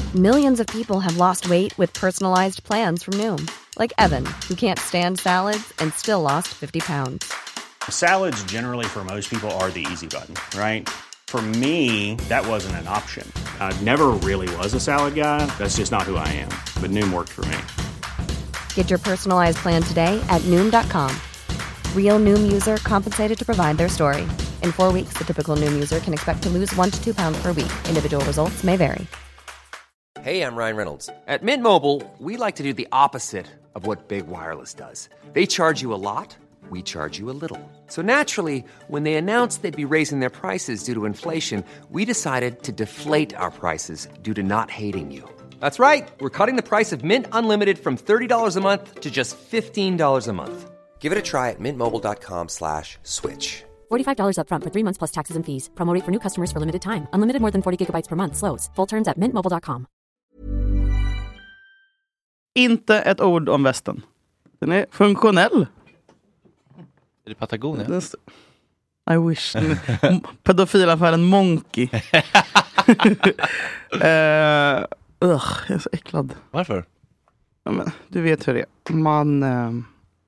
Millions of people have lost weight with personalized plans from Noom. Like Evan, who can't stand salads and still lost 50 pounds. Salads generally for most people are the easy button, right? For me, that wasn't an option. I never really was a salad guy. That's just not who I am. But Noom worked for me. Get your personalized plan today at Noom.com. Real Noom user compensated to provide their story. In 4 weeks, the typical Noom user can expect to lose 1 to 2 pounds per week. Individual results may vary. Hey, I'm Ryan Reynolds. At Mint Mobile, we like to do the opposite of what Big Wireless does. They charge you a lot, we charge you a little. So naturally, when they announced they'd be raising their prices due to inflation, we decided to deflate our prices due to not hating you. That's right. We're cutting the price of Mint Unlimited from $30 a month to just $15 a month. Give it a try at mintmobile.com/switch. $45 up front for 3 months plus taxes and fees. Promo rate for new customers for limited time. Unlimited more than 40 gigabytes per month. Slows full terms at mintmobile.com. Inte ett ord om västen. Den är funktionell. Är det Patagonia? I wish. Pedofilaffären Monkey. Jag är så äcklad. Varför? Ja, men, du vet hur det är. Man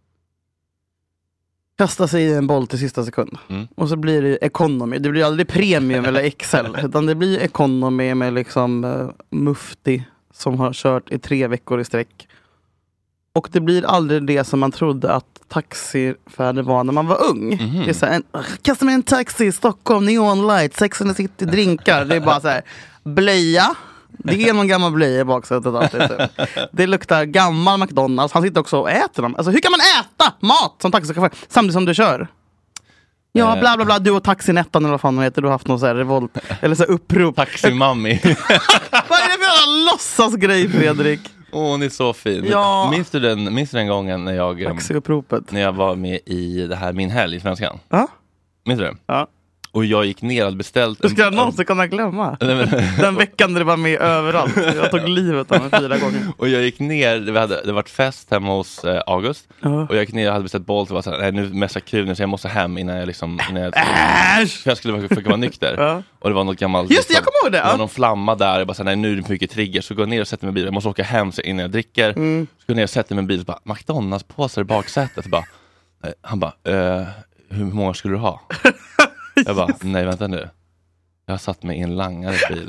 kastar sig i en boll till sista sekund. Och så blir det economy. Det blir aldrig premium eller Excel. Utan det blir economy med liksom mufti som har kört i 3 veckor i sträck. Och det blir aldrig det som man trodde att taxifärder var när man var ung. Det är så här, kasta mig en taxi i Stockholm, neonlight, Sex and the City, drinkar. Det är bara så här, blöja. Det är någon gammal blöja i baksätet alltid. Det luktar gammal McDonalds. Han sitter också och äter dem. Alltså hur kan man äta mat som taxichaufför samtidigt som du kör? Ja, bla bla bla, du och taxinettan eller vad fan heter. Du har haft någon så här revolt eller så här upprop. Taximammi. Vad är det för jävla låtsasgrej, Fredrik? Hon är så fin. Ja. Minns du den gången när jag var med i det här Min helg i Svenskan? Ja. Minns du det? Ja. Och jag gick ner och beställt... Du ska någonsin kunna glömma. Den veckan där det var med överallt. Jag tog livet av mig 4 gånger. Och jag gick ner, det var fest hemma hos August. Och jag gick ner och hade beställt Bolt och var såhär, nej nu mesta kul nu så jag måste hem innan jag liksom... jag skulle försöka vara nykter. Och det var något gammalt... Just det, jag kommer ihåg det! Det var någon flamma där, jag bara såhär, nej nu är det för mycket trigger. Så går jag ner och sätter mig i bilen, jag måste åka hem innan jag dricker. Så går jag ner och sätter mig i bilen och bara, McDonalds-påsar i baksätet. Han bara, hur många skulle du ha? Jag bara, nej vänta nu. Jag har satt mig i en langares bil.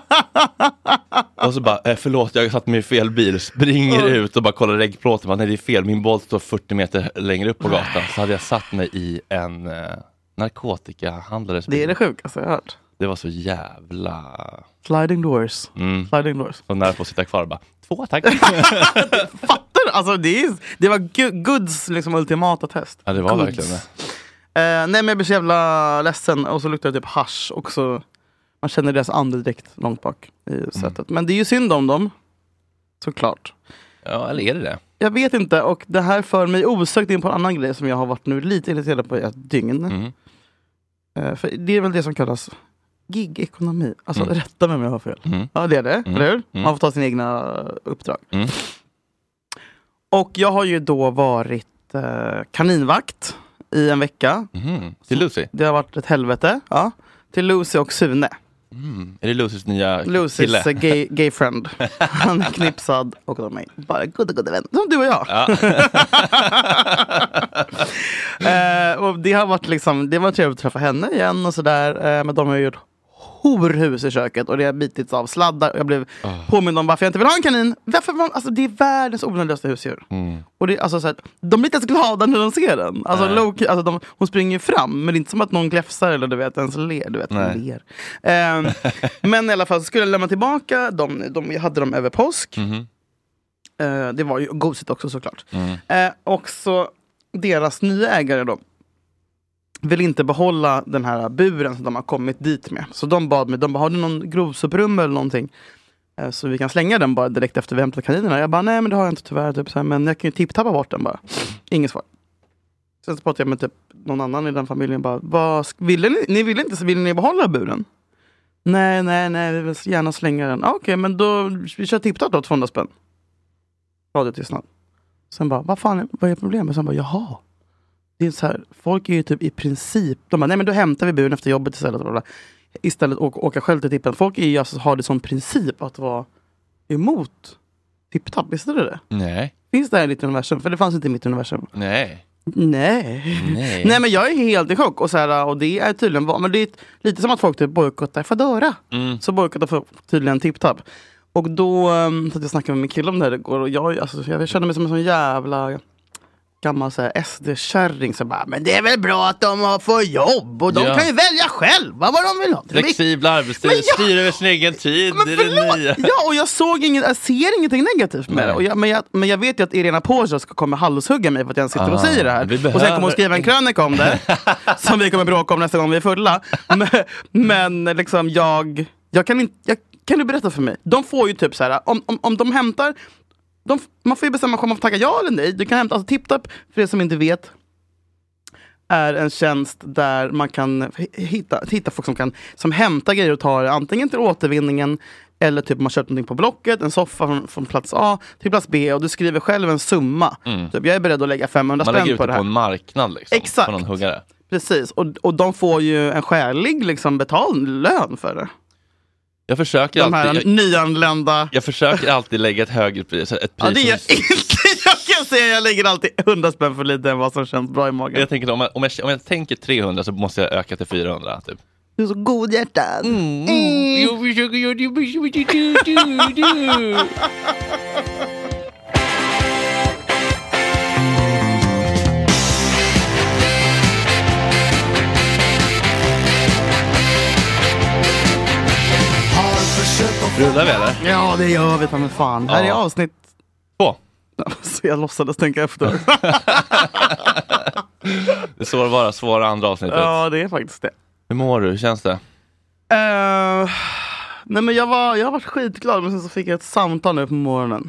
Och så bara, förlåt jag har satt mig i fel bil. Springer ut och bara kollar reggplåten. Nej det är fel, min Bolt står 40 meter längre upp på gatan. Så hade jag satt mig i en narkotikahandlares bil. Det är det sjukaste jag har hört. Det var så jävla... Sliding doors. Sliding doors. Så när jag får sitta kvar bara, 2 tack. Fattar du? Alltså det var Goods liksom ultimata test. Ja det var Goods. verkligen det. Nej men jag blir så jävla ledsen. Och så luktar det typ hasch också. Man känner deras andedräkt långt bak i sättet. Men det är ju synd om dem. Såklart. Ja, eller är det? Jag vet inte. Och det här för mig osökt in på en annan grej som jag har varit nu lite irriterad på i ett dygn. För det är väl det som kallas gig-ekonomi. Alltså rätta mig om jag har fel. Ja det är det, eller hur? Man får ta sina egna uppdrag. Och jag har ju då varit kaninvakt i en vecka. Till Lucy? Det har varit ett helvete. Ja. Till Lucy och Sune. Är det Lucys nya Lucys gay friend. Han är knipsad och de är bara goda vänner. Som du och jag. Ja. Och det har varit liksom, det var trevligt att träffa henne igen och sådär. Men de har ju gjort horhus i köket och det har bitits av sladdar och jag blev påmind om varför jag inte vill ha en kanin. Alltså det är världens onödigaste husdjur. Och det, alltså, så här, de blir inte ens glada när de ser den. Alltså, hon springer fram men det är inte som att någon gläfsar eller du vet ens ler. Du vet, ler. Men i alla fall så skulle jag lämna tillbaka jag hade dem över påsk. Det var ju gosigt också såklart. Och så deras nya ägare då vill inte behålla den här buren som de har kommit dit med. Så de bad mig, har du någon grovsoprum eller någonting? Så vi kan slänga den bara direkt efter vi hämtat kaninerna. Jag bara, nej men det har jag inte tyvärr. Typ, så här, men jag kan ju tipptappa bort den bara. Inget svar. Sen så pratade jag med typ någon annan i den familjen. Bara, ni ville inte, vill ni behålla buren? Nej, vi vill gärna slänga den. Okej, men då, vi kör tipptapp då, 200 spänn. Radiotystnad. Sen bara, vad är problemet? Sen bara, jaha. Det är så här, folk är ju typ i princip, de bara, nej men då hämtar vi buren efter jobbet istället. Istället åka själv till tippen. Folk är ju, alltså, har det som princip att vara emot TipTap, visste du det? Nej. Finns det här i ditt universum? För det fanns inte i mitt universum. Nej. Nej, men jag är helt i chock. Och, så här, och det är tydligen, men det är lite som att folk typ bojkottar Foodora. Så bojkottar tydligen TipTap. Och då så att jag snackade med min kille om det här igår. Och jag kände mig som en sån jävla gammal SD-kärring. Så bara, men det är väl bra att de får jobb. Och de kan ju välja själva vad de vill ha. Flexibla arbetstid, styra över sin egen tid. Men det är det nya. Ja, och jag ser ingenting negativt med det. Och men jag vet ju att Irena Porsa ska komma halshugga mig för att jag sitter och säger det här. Och sen kommer hon skriva en krönika om det. Som vi kommer bråka om nästa gång vi är fulla. Men liksom jag kan inte... Kan du berätta för mig? De får ju typ så här, om de hämtar... man får ju bestämma om man får tacka ja eller nej. Du kan hämta, alltså TipTap, för er som inte vet, är en tjänst där man kan hitta folk som hämtar grejer och tar antingen till återvinningen eller typ man köpt någonting på Blocket, en soffa från plats A till plats B och du skriver själv en summa. Typ, jag är beredd att lägga 500 spänn på det här. Man lägger ut det på en marknad liksom. Exakt. På någon huggare. Precis, och de får ju en skälig liksom betald lön för det. Jag försöker alltid... nyanlända... Jag försöker alltid lägga ett högre pris. Ett pris det är inte. Jag kan säga jag lägger alltid 100 spänn för lite än vad som känns bra i magen. Jag tänker om jag tänker 300 så måste jag öka till 400 typ. Du är så god hjärtan. Jag försöker göra det. Rullar vi eller? Ja, det gör vi, men fan. Här är avsnitt 2. Så jag låtsades tänka efter. Det står bara svåra andra avsnittet. Ja, det är faktiskt det. Hur mår du? Hur känns det? Nej, men jag har varit skitglad, men sen så fick jag ett samtal nu på morgonen.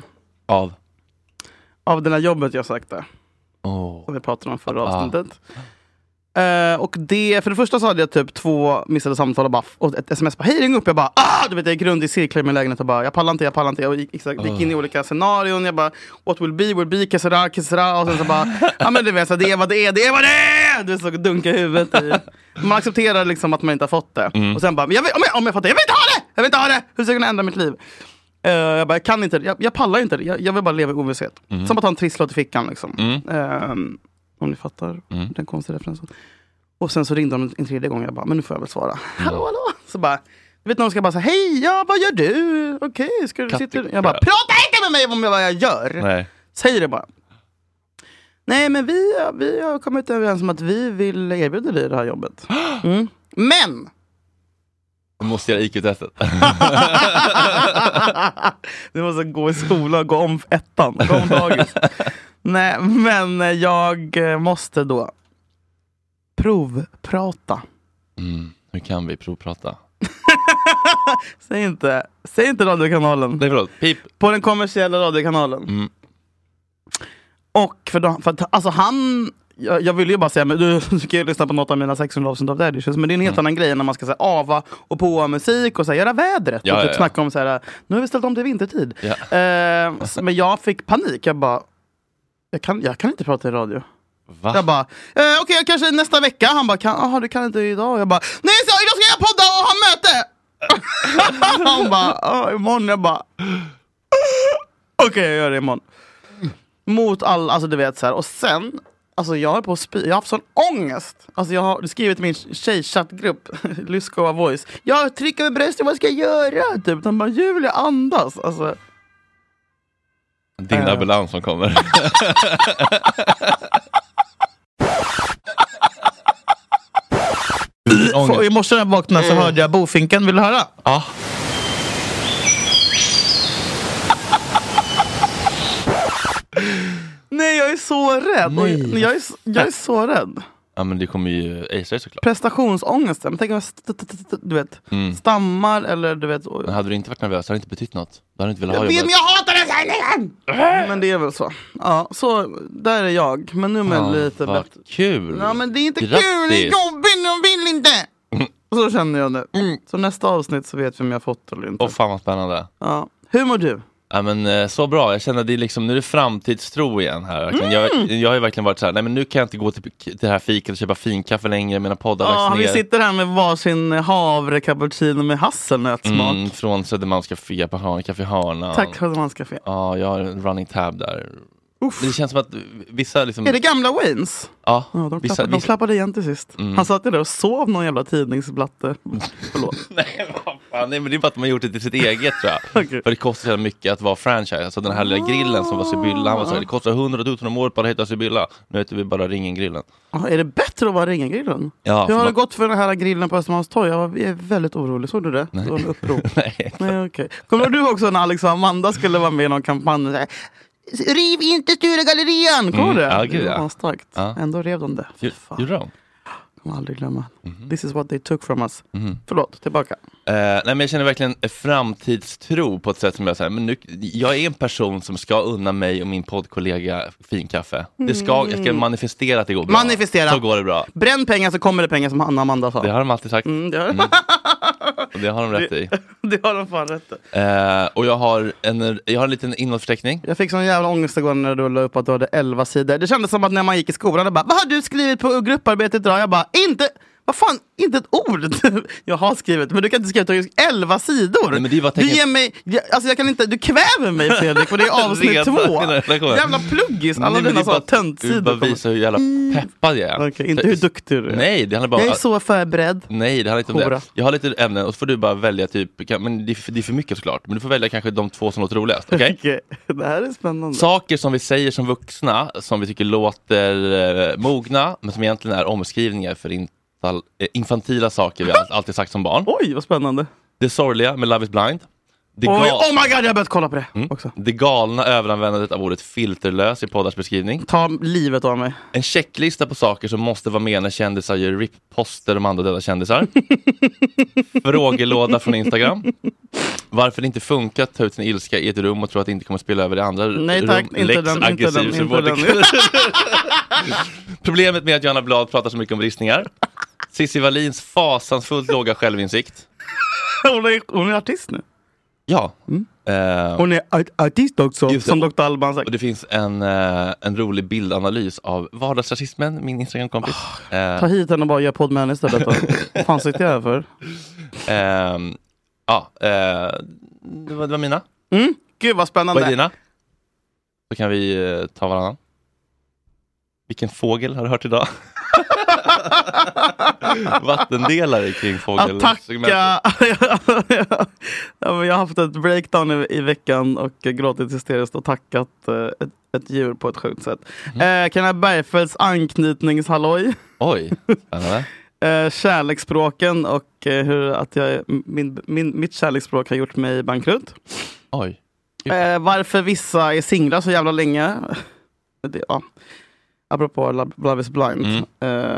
Av det här jobbet jag sökte. Som vi pratade om förra avsnittet. Och det, för det första så hade jag typ 2 missade samtal och ett sms bara, hej, ring upp. Jag bara, du vet, jag gick runt i cirklar i min lägenhet och bara, jag pallar inte. Jag gick in i olika scenarion. Jag bara, what will be, kessera. Och sen så bara, ja men du vet, så det är vad det är. Du så dunka i huvudet i. Man accepterar liksom att man inte har fått det. Och sen bara, om jag fått det, jag vill inte ha det. Hur ska jag kunna ändra mitt liv? Jag bara, jag kan inte, jag pallar inte det. Jag vill bara leva i ovisshet. Som att ha en trisslåt i fickan liksom. Om ni fattar den konstiga referensen. Och sen så ringde de en tredje gång. Jag bara, men nu får jag väl svara. Hallå. Så bara, du vet, någon ska bara säga, hej, vad gör du? Okej, ska du sitta? Jag bara, prata inte med mig om vad jag gör. Nej. Säg det bara. Nej, men vi har kommit överens om att vi vill erbjuda dig det här jobbet. Men du måste göra IQ-testet. Du måste gå i skolan och gå om ettan. Gå om dagis. Nej, men jag måste då provprata. Hur kan vi provprata? Säg inte radiokanalen. Nej, förlåt. Pip. På den kommersiella radiokanalen. Och för alltså han... Jag vill ju bara säga, men du kan ju lyssna på något av mina 600 avsnitt av det. Men det är en helt annan grej när man ska säga ava och på musik och så här, göra vädret. Och typ snacka om så här, nu har vi ställt om till vintertid. Men jag fick panik. Jag bara, jag kan inte prata i radio. Va? Jag bara, okej, kanske nästa vecka. Han bara, du kan inte idag. Jag bara, nej, så idag ska jag podda och ha möte. Han bara, imorgon. Jag bara, okej, jag gör det imorgon. Mot all, alltså du vet så här. Och sen, alltså jag har haft sån ångest. Alltså jag har skrivit i min tjejchattgrupp Lyskova Voice. Jag trycker med bröstet, vad ska jag göra? Typ, de bara, Julia, andas. Alltså din ambulans som kommer. I morse när jag vaknade så hörde jag bofinken. Vill du höra? Ja. Nej, jag är så rädd. Jag är så rädd. Ja, men det kommer ju acea såklart. Prestationsångesten. Men tänk om jag du vet, stammar eller du vet. Men hade du inte varit nervös, hade det inte betytt något. Du hade inte velat ha jag jobbet. Men jag hatar den sändningen! Men det är väl så. Ja, så där är jag. Men nu är lite vad bättre. Kul. Ja, men det är inte kul. Det är jobbigt. Jag vill inte. Så känner jag nu. Så nästa avsnitt så vet vi om jag har fått eller inte. Fan vad spännande. Ja. Hur mår du? Ja, men så bra. Jag känner att det är liksom, nu är det framtidstro igen här. Jag har ju verkligen varit så här, nej men nu kan jag inte gå till det här fiket och köpa finkaffe längre. Mina poddar läggs ner. Vi sitter här med varsin havre cappuccino med hasselnötssmak. Från Södermalms Café på Café Hörnan. Tack Södermalms Café. Ja, jag har en running tab där. Det känns som att vissa liksom... Är det gamla Waynes? Ja, de klappade igen till sist. Han satt där och sov någon jävla tidningsblatte. Förlåt. Nej, men det är bara att man har gjort det till sitt eget, tror jag. Okay. För det kostar så mycket att vara franchise. Alltså den här lilla grillen som var Sibylla, han var så här, det kostar 100 000 om året bara att heta Sibylla. Nu heter vi bara Ringen-grillen. Är det bättre att vara Ringen-grillen? Ja, jag har gått för den här grillen på Östermalmstorg. Jag är väldigt orolig. Såg du det? Nej. Det var en upprop. Nej, okej. Kommer du också när Alex och Amanda skulle vara med i någon kampanj? Riv inte Sturegallerian! Kommer det? Ja, gud, ja. Starkt. Ja. Ändå rev de det. Gjorde de? Kommer aldrig glömma. This is what they took from us. Förlåt, tillbaka. Nej, men jag känner verkligen framtidstro på ett sätt som jag säger. Men nu, jag är en person som ska unna mig och min poddkollega finkaffe. Jag ska manifestera att det går bra. Manifestera. Så går det bra. Bränn pengar så kommer det pengar, som Anna Amanda sa. Det har de alltid sagt. Och det har de rätt i. Det har de fan rätt i. Och jag har en liten innehållsförteckning. Jag fick sån jävla ångest igår när du la upp att du hade 11 sidor. Det kändes som att när man gick i skolan, bara, vad har du skrivit på grupparbetet idag? Jag bara, vad fan, inte ett ord. Jag har skrivit, men du kan inte skriva 11 sidor. Nej, men det var du ger mig, jag kan inte, du kväver mig Fredrik, och det är avsnitt 2. Jävla pluggis, alla dina så töntsidor. Du bara visar hur jävla peppad jag är. Okay, inte hur duktig du är. Nej, det handlar bara jag är så förberedd. Nej, det handlar inte om det. Jag har lite ämnen och så får du bara välja typ, men det är för mycket såklart. Men du får välja kanske de 2 som låter roligast, okej? Okay? Det här är spännande. Saker som vi säger som vuxna, som vi tycker låter mogna, men som egentligen är omskrivningar för infantila saker vi alltid sagt som barn. Oj, vad spännande. Det sorgliga med Love is blind. Oh my god, jag har börjat kolla på det också. Det galna överanvändandet av ordet filterlös i poddars beskrivning. Ta livet av mig. En checklista på saker som måste vara med när kändisar gör rip-poster om andra döda kändisar. Frågelåda från Instagram. Varför det inte funkar att ta ut sin ilska i ett rum och tro att det inte kommer att spela över i andra rum. Nej tack, inte den. Problemet med att Johanna Blad pratar så mycket om bristningar. Cissi Wallins fasansfullt låga självinsikt. Hon är artist nu. Ja. Hon är artist också, som Dr. Alban sagt. Och det finns en rolig bildanalys av vardagsrasismen, min Instagram-kompis. Ta hit henne och bara göra podd med henne istället. Vad fan sitter jag här för? Det var mina. Gud vad spännande. Vad är dina? Så kan vi ta varannan. Vilken fågel har du hört idag? Vattendelare kring fågel. Jag har haft ett breakdown i veckan och gråtit hysteriskt och tackat ett djur på ett sjukt sätt. Kan jag Bergfeldts anknytningshalloj? Oj, spännande. Kärleksspråken och hur att mitt kärleksspråk har gjort mig bankrutt. Oj. Varför vissa är singlar så jävla länge. Apropå Love is blind.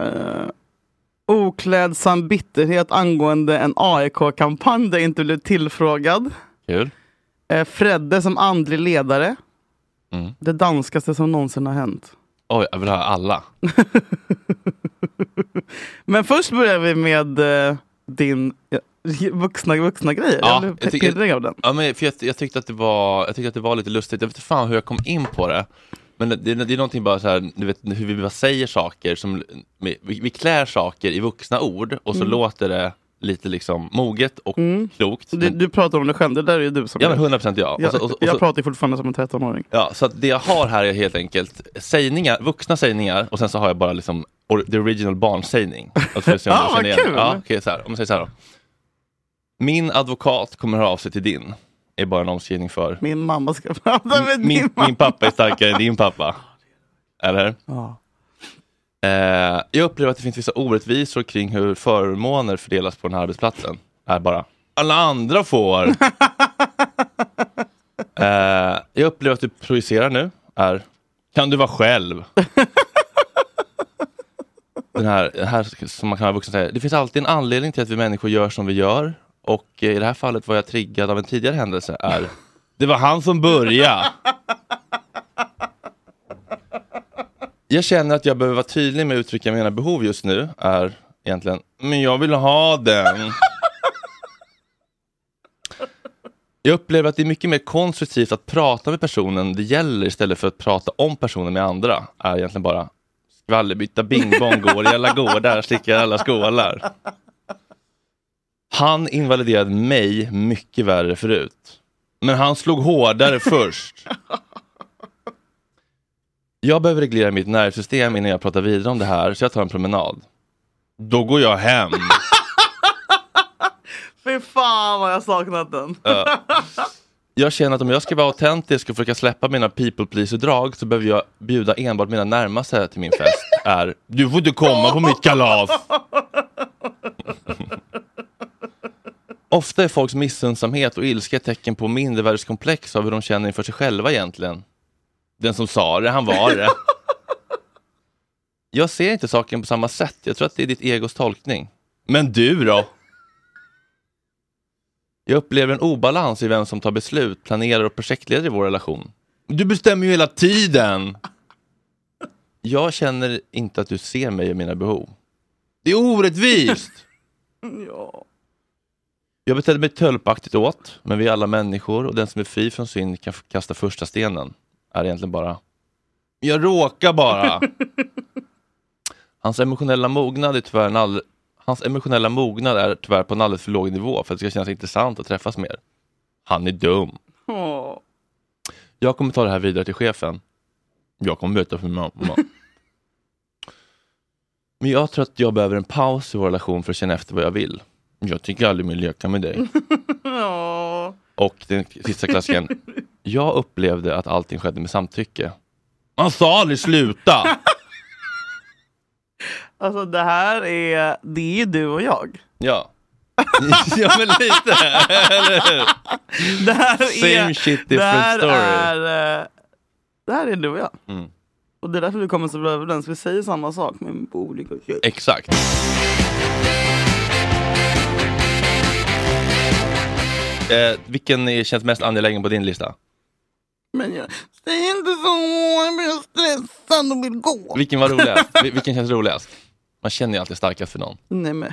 Oklädsam bitterhet angående en AIK-kampanj där inte blev tillfrågad. Kul. Fredde som andlig ledare. Det danskaste som någonsin har hänt. Oj, jag vill ha alla. Men först börjar vi med din vuxna grejer. Ja, jag blev pirrig av den. Ja, men jag tyckte att det var lite lustigt. Jag vet inte fan hur jag kom in på det. Men det är någonting bara så här, du vet hur vi bara säger saker som vi klär saker i vuxna ord och så låter det lite liksom moget och klokt. Du pratar om det själv, det där är ju du som... Ja, men 100% ja. Jag pratar fortfarande som en 13-åring. Ja, så att det jag har här är helt enkelt vuxna sägningar och sen så har jag bara liksom the original barnsägning. Vad kul! Ja, okej, så här. Om man säger så här då. Min advokat kommer höra av sig till din. Är bara en omskrivning för... Min mamma ska prata med din mamma. Min pappa är starkare än din pappa. Eller? Ja. Jag upplever att det finns vissa orättvisor kring hur förmåner fördelas på den här arbetsplatsen. Är bara, alla andra får. Jag upplever att du projicerar nu. Kan du vara själv? Den här som man kan vara vuxen säga. Det finns alltid en anledning till att vi människor gör som vi gör. Och i det här fallet var jag triggad av en tidigare händelse. Det var han som började. Jag känner att jag behöver vara tydlig med att uttrycka mina behov just nu. Är egentligen, men jag vill ha den. Jag upplever att det är mycket mer konstruktivt att prata med personen det gäller istället för att prata om personen med andra. Är egentligen bara skvallerbytta, bingbong, går i alla gårdar, stickar alla skålar. Han invaliderade mig mycket värre förut. Men han slog hårdare först. Jag behöver reglera mitt nervsystem innan jag pratar vidare om det här, så jag tar en promenad. Då går jag hem. Fy fan vad jag saknat den. Jag känner att om jag ska vara autentisk och försöka släppa mina people pleaser-drag så behöver jag bjuda enbart mina närmaste till min fest. Du får inte komma på mitt kalas. Ofta är folks missunnsamhet och ilska ett tecken på mindervärdeskomplex av hur de känner inför sig själva egentligen. Den som sa det, han var det. Jag ser inte saken på samma sätt. Jag tror att det är ditt egos tolkning. Men du då? Jag upplever en obalans i vem som tar beslut, planerar och projektleder i vår relation. Du bestämmer ju hela tiden. Jag känner inte att du ser mig och mina behov. Det är orättvist. Ja. Jag betedde mig tölpaktigt åt, men vi är alla människor och den som är fri från synd kan kasta första stenen. Är egentligen bara... Jag råkar bara. Hans emotionella mognad är tyvärr på en alldeles för låg nivå för att det ska kännas intressant att träffas mer. Han är dum. Åh. Jag kommer ta det här vidare till chefen. Jag kommer möta för mamma. Men jag tror att jag behöver en paus i vår relation för att känna efter vad jag vill. Jag tycker aldrig min leka med dig. Ja. Och den sista klassiken. Jag upplevde att allting skedde med samtycke. Man sa aldrig sluta. Alltså det är ju du och jag. Ja. Ja men lite. Eller hur? Det här Same shit, different story. Det här är du och jag. Mm. Och det är därför vi kommer så bra överens. Vi säger samma sak men på olika sätt. Exakt. Vilken känns mest angelägen på din lista? Men jag säger inte så, jag blir stressad och vill gå. Vilken var roligast? Vilken känns roligast? Man känner ju alltid starkast för någon. Nej men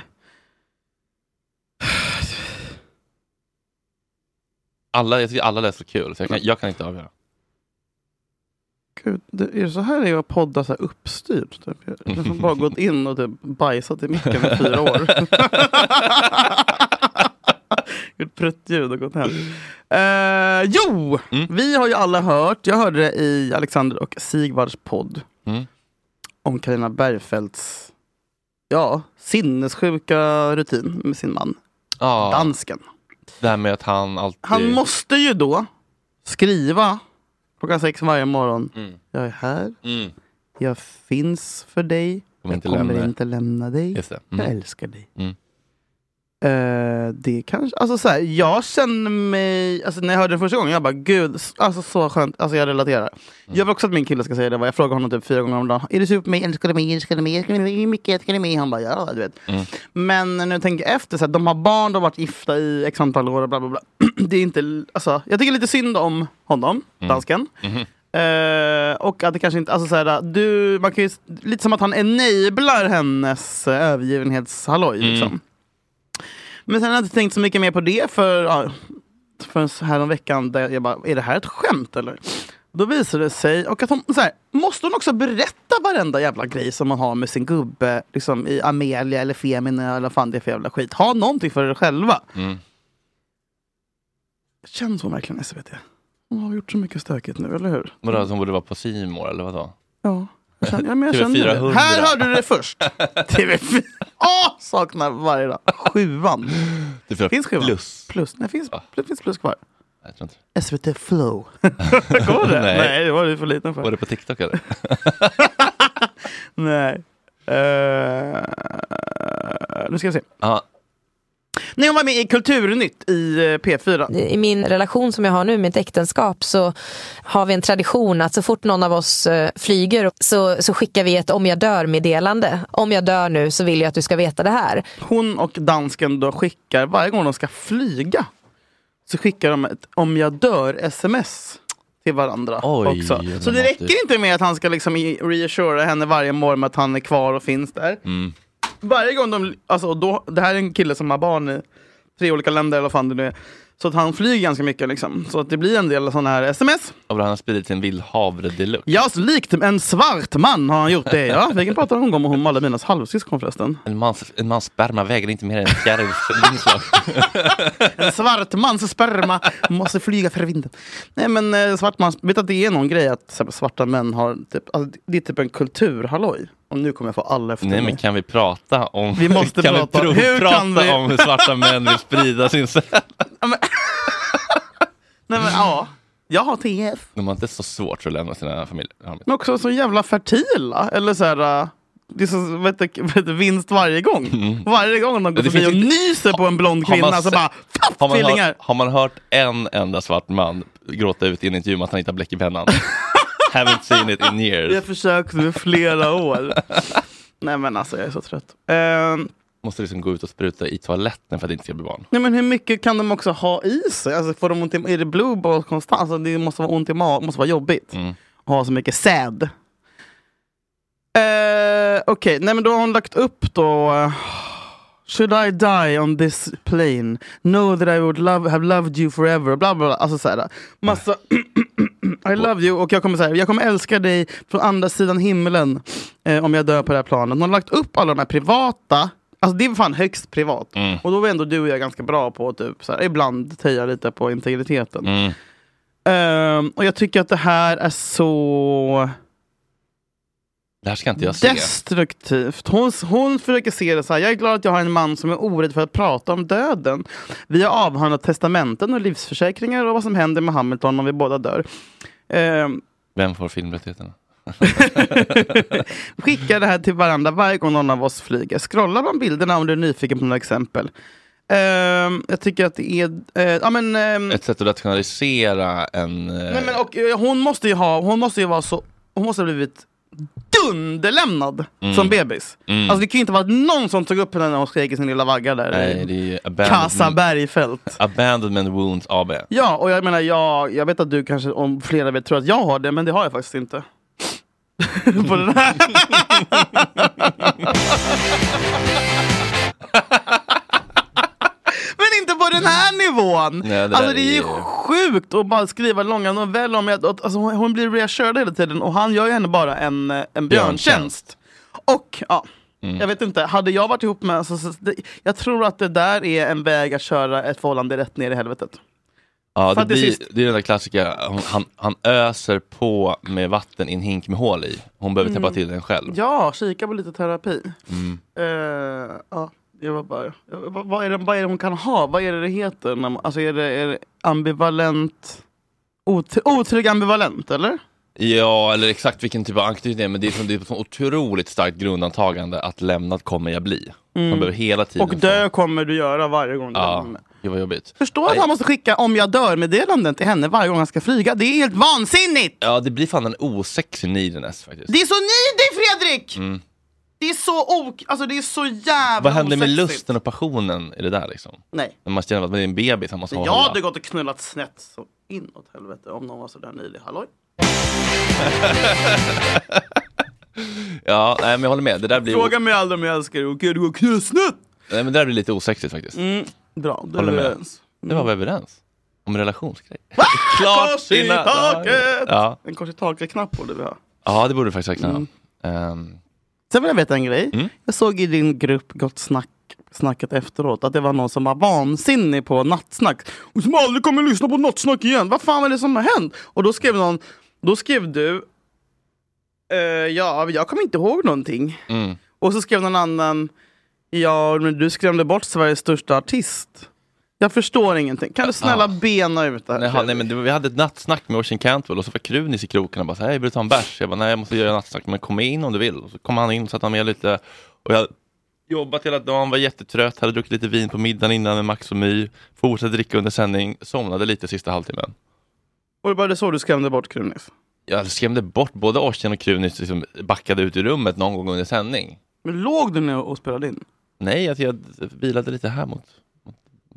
Jag tycker alla lät så kul, så jag kan inte avgöra. Gud, det är så här är jag poddar så här uppstyrt. Typ. Jag har bara gått in och typ bajsat i micken i 4 år. Gjort pruttljud och gått hem. Vi har ju alla hört, jag hörde det i Alexander och Sigvards podd om Carina Bergfeldts sinnessjuka rutin med sin man. Dansken. Det här med att han alltid... Han måste ju då skriva 6 varje morgon. Jag är här. Jag finns för dig. Jag kommer inte lämna dig. Just det. Jag älskar dig. Det kanske, alltså så här, jag känner mig, alltså när jag hörde det första gången, jag bara gud, alltså så skönt, alltså jag relaterar. Jag vill också att min kille ska säga det, jag frågar honom typ 4 gånger om dagen, är du sur på mig, älskar du mig, hur mycket älskar du mig? Han bara, ja du vet. Men när jag tänker efter, så här, de har barn, de har varit gifta i x antal år och bla bla bla. Det är inte, alltså, jag tycker lite synd om honom, dansken. Och att det kanske inte, alltså såhär, man kan ju, lite som att han enablar hennes övergivenhetshalloj liksom. Men sen har jag inte tänkt så mycket mer på det för så här en veckan där jag bara, är det här ett skämt eller? Då visar det sig, och att hon, så här, måste hon också berätta varenda jävla grej som man har med sin gubbe liksom i Amelia eller Femina eller fan det är för jävla skit. Ha någonting för er själva. Känns hon verkligen SVT? Hon har gjort så mycket stökigt nu, eller hur? Vadå, att hon borde vara på Simor eller vadå? Ja. Jag känner det. Här hörde du det först. TV4. Saknar varje dag. 7:an. Finns 7:an? Plus. Nej, finns plus kvar. Jag tror inte. SVT Flow. Går det? Nej, det var du för liten för. Var det på TikTok eller? Nej. Nu ska vi se. Ja. När jag var med i Kulturnytt i P4. I min relation som jag har nu med ett äktenskap så har vi en tradition att så fort någon av oss flyger så skickar vi ett om jag dör meddelande. Om jag dör nu så vill jag att du ska veta det här. Hon och dansken då skickar, varje gång de ska flyga så skickar de ett om jag dör sms till varandra också. Så det räcker inte med att han ska liksom reassura henne varje morgon med att han är kvar och finns där. Varje gång det här är en kille som har barn i 3 olika länder eller vad fan det nu är. Så att han flyger ganska mycket liksom. Så att det blir en del sådana här sms. Och han har spridit en vild havre deluxe. Ja, så likt en svart man har han gjort det. Ja, vi kan prata om hon Malaminas halvsyskon förresten. En mans sperma väger inte mer än en fjärdedels vingslag. En svart mans sperma måste flyga för vinden. Nej men svart man, vet att det är någon grej att svarta män har typ, alltså, det är typ en kulturhalloj. Och nu kommer jag få alla efter Nej, mig. men kan vi prata om... Vi måste prata. Om hur svarta män vill sprida sin säd? Nej men ja, jag har TF. De har inte så svårt för att lämna sina familjer. Men också så jävla fertila. Eller så här... Det är så vet du, vinst varje gång. Varje gång de går förbi och nyser på en blond kvinna så bara tvillingar. Har man hört en enda svart man gråta ut i en intervju om att han inte har bläck i pennan? Haven't seen it in years. Jag försökt i flera år. Nej men alltså jag är så trött. Måste liksom gå ut och spruta i toaletten för att det inte ska bli barn. Nej men hur mycket kan de också ha i sig? Alltså får de ont i, är det blue ball konstant? Alltså, det måste vara ont i magen, måste vara jobbigt. Att ha så mycket säd. Okej, nej men då har hon lagt upp då. Should I die on this plane? Know that I would have loved you forever. Bla bla bla. Alltså såhär. Massa I love you. Och jag kommer älska dig från andra sidan himlen om jag dör på det här planet. Hon har lagt upp alla de här privata. Alltså det är fan högst privat. Och då är ändå du och jag ganska bra på typ såhär, ibland töja lite på integriteten. Och jag tycker att det här är så... Det här ska inte jag se. Destruktivt. Hon försöker se det så här. Jag är glad att jag har en man som är orädd för att prata om döden. Vi har avhandlat testamenten och livsförsäkringar och vad som händer med Hamilton om vi båda dör. Vem får filmrättigheterna? Skicka det här till varandra varje gång någon av oss flyger. Scrolla bland bilderna om du är nyfiken på några exempel. Jag tycker att det är ett sätt att rationalisera en... Nej, men, och, hon måste ha blivit dunderlämnad som bebis. Alltså det kan ju inte vara någon som tog upp henne när hon skrek i sin lilla vagga där. Nej, det är Kassa Bergfält. Abandonment Wounds AB. Ja, och jag menar, jag vet att du kanske, om flera vet, tror att jag har det, men det har jag faktiskt inte. På den här. Men inte på den här nivån. Nej, alltså det är ju sjukt att bara skriva långa noveller om alltså hon blir reassured hela tiden och han gör ju henne bara en björntjänst. Och ja, jag vet inte, hade jag varit ihop med jag tror att det där är en väg att köra ett förhållande rätt ner i helvetet. Ja, det är den där klassiska. Han öser på med vatten i en hink med hål i. Hon behöver täppa till den själv. Ja, kika på lite terapi. Ja, det var bara... Vad är det hon kan ha? Vad är det heter? Alltså är det ambivalent... Otrygg ambivalent, eller? Ja, eller exakt vilken typ av anknytning det är. Men det är ett otroligt starkt grundantagande att lämnat kommer jag bli. Man behöver hela tiden... Och dö kommer du göra varje gång du är med. Det var jobbigt. Förstår att han måste skicka om jag dör-meddelanden till henne varje gång han ska flyga. Det är helt vansinnigt! Ja, det blir fan en osexig neediness faktiskt. Det är så nidigt, Fredrik! Det är så alltså det är så jävla Vad händer med osexigt. lusten och passionen i det där liksom? Nej. Man måste känna att man är en bebis. Han måste jag hade gått och knullat snett så inåt helvete om någon var så där nylig. Halloj? Ja, nej, men jag håller med. Det där blir Fråga mig aldrig om jag älskar dig. Okej, du går och knullar snett! Nej, men det där blir lite osexigt faktiskt. Bra, då är håller vi med. överens. Det var vi överens. Om relationsgrej. Kors i taket! Ja. En kors i taket-knapp borde vi ha. Ja, det borde du faktiskt kunna ha. Sen vill jag veta en grej. Jag såg i din grupp Gott snacket efteråt att det var någon som var vansinnig på nattsnack och som aldrig kommer att lyssna på nattsnack igen. Vad fan är det som har hänt? Och då skrev du ja, jag kommer inte ihåg någonting. Och så skrev någon annan, ja, men du skrämde bort Sveriges största artist. Jag förstår ingenting. Kan du snälla bena ut det här? Nej, men vi hade ett nattsnack med Ocean Cantwell och så var Krunis i kroken och bara så här, jag vill ta en bärs. Jag bara, nej, jag måste göra nattsnack, men kom in om du vill. Och så kom han in och satt han med lite. Och jag jobbat hela dagen, var jättetrött, hade druckit lite vin på middagen innan med Max och My. Fortsatte dricka under sändning, somnade lite sista halvtimmen. Och det var det så du skrämde bort Krunis? Jag skrämde bort både Ocean och Krunis, liksom backade ut i rummet någon gång under sändning. Men låg du ner och spelade in? Nej, att jag vilade lite här mot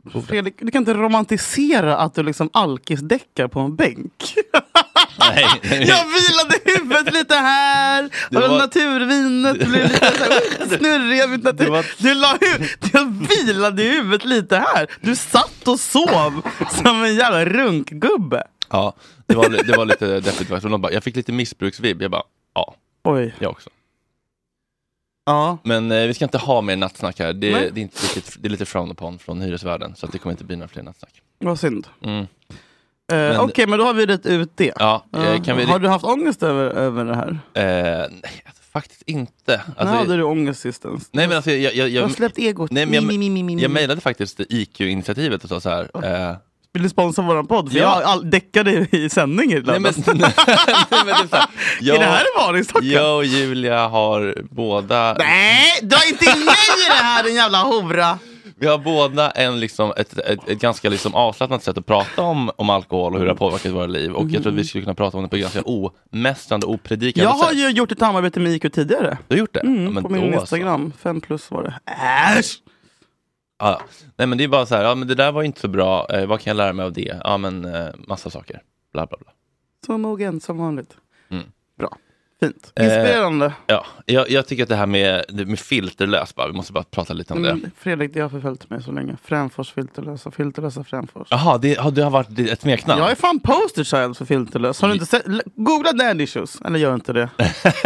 Fredrik, du kan inte romantisera att du liksom alkisdäckar på en bänk. Nej. Jag vilade huvudet lite här. Naturvinet blev lite snurrig. Du vilade huvudet lite här. Du satt och sov som en jävla runkgubbe. Ja, det var lite deppigt. Jag fick lite missbruksvibb. Jag bara, ja. Oj. Jag också. Ja. Men vi ska inte ha mer nattsnack här. Det är inte riktigt, det är lite frowned upon från hyresvärden. Så att det kommer inte bli några fler nattsnack. Vad synd. Okej, men då har vi rätt ut det. Ja, har du haft ångest över det här? Nej, faktiskt inte. När hade du ångest sist? Nej, men alltså, jag har släppt egot. Nej, men jag mejlade faktiskt IQ-initiativet och sa så här... Vill du sponsra våran podd? För jag däckade i sändning i nej, men det är det här en varningsklocka? Jag och Julia har båda... Nej, dra inte in mig i det här, din jävla hora! Vi har båda ett ganska liksom avslappnat sätt att prata om alkohol och hur det har påverkat våra liv. Och jag tror att vi skulle kunna prata om det på ett ganska omästrande, opredikande sätt. Jag har ju gjort ett samarbete med IQ tidigare. Du har gjort det? Men på min Instagram, 5+ var det. Äsch! Ja. Nej, men det är bara så här, ja, men det där var inte så bra. Vad kan jag lära mig av det? Ja, men massa saker. Bla bla bla. Så mogen som vanligt. Bra. Fint. Inspirerande. Ja, jag tycker att det här med filterlös, vi måste bara prata lite om det. Fredrik, det har förföljt mig så länge. Fränfors filterlösa Fränfors. Jaha, det har varit ett smeknamn. Jag är fan poster child för filterlös. Har du inte sett? Googla Daddy Issues. Eller gör inte det.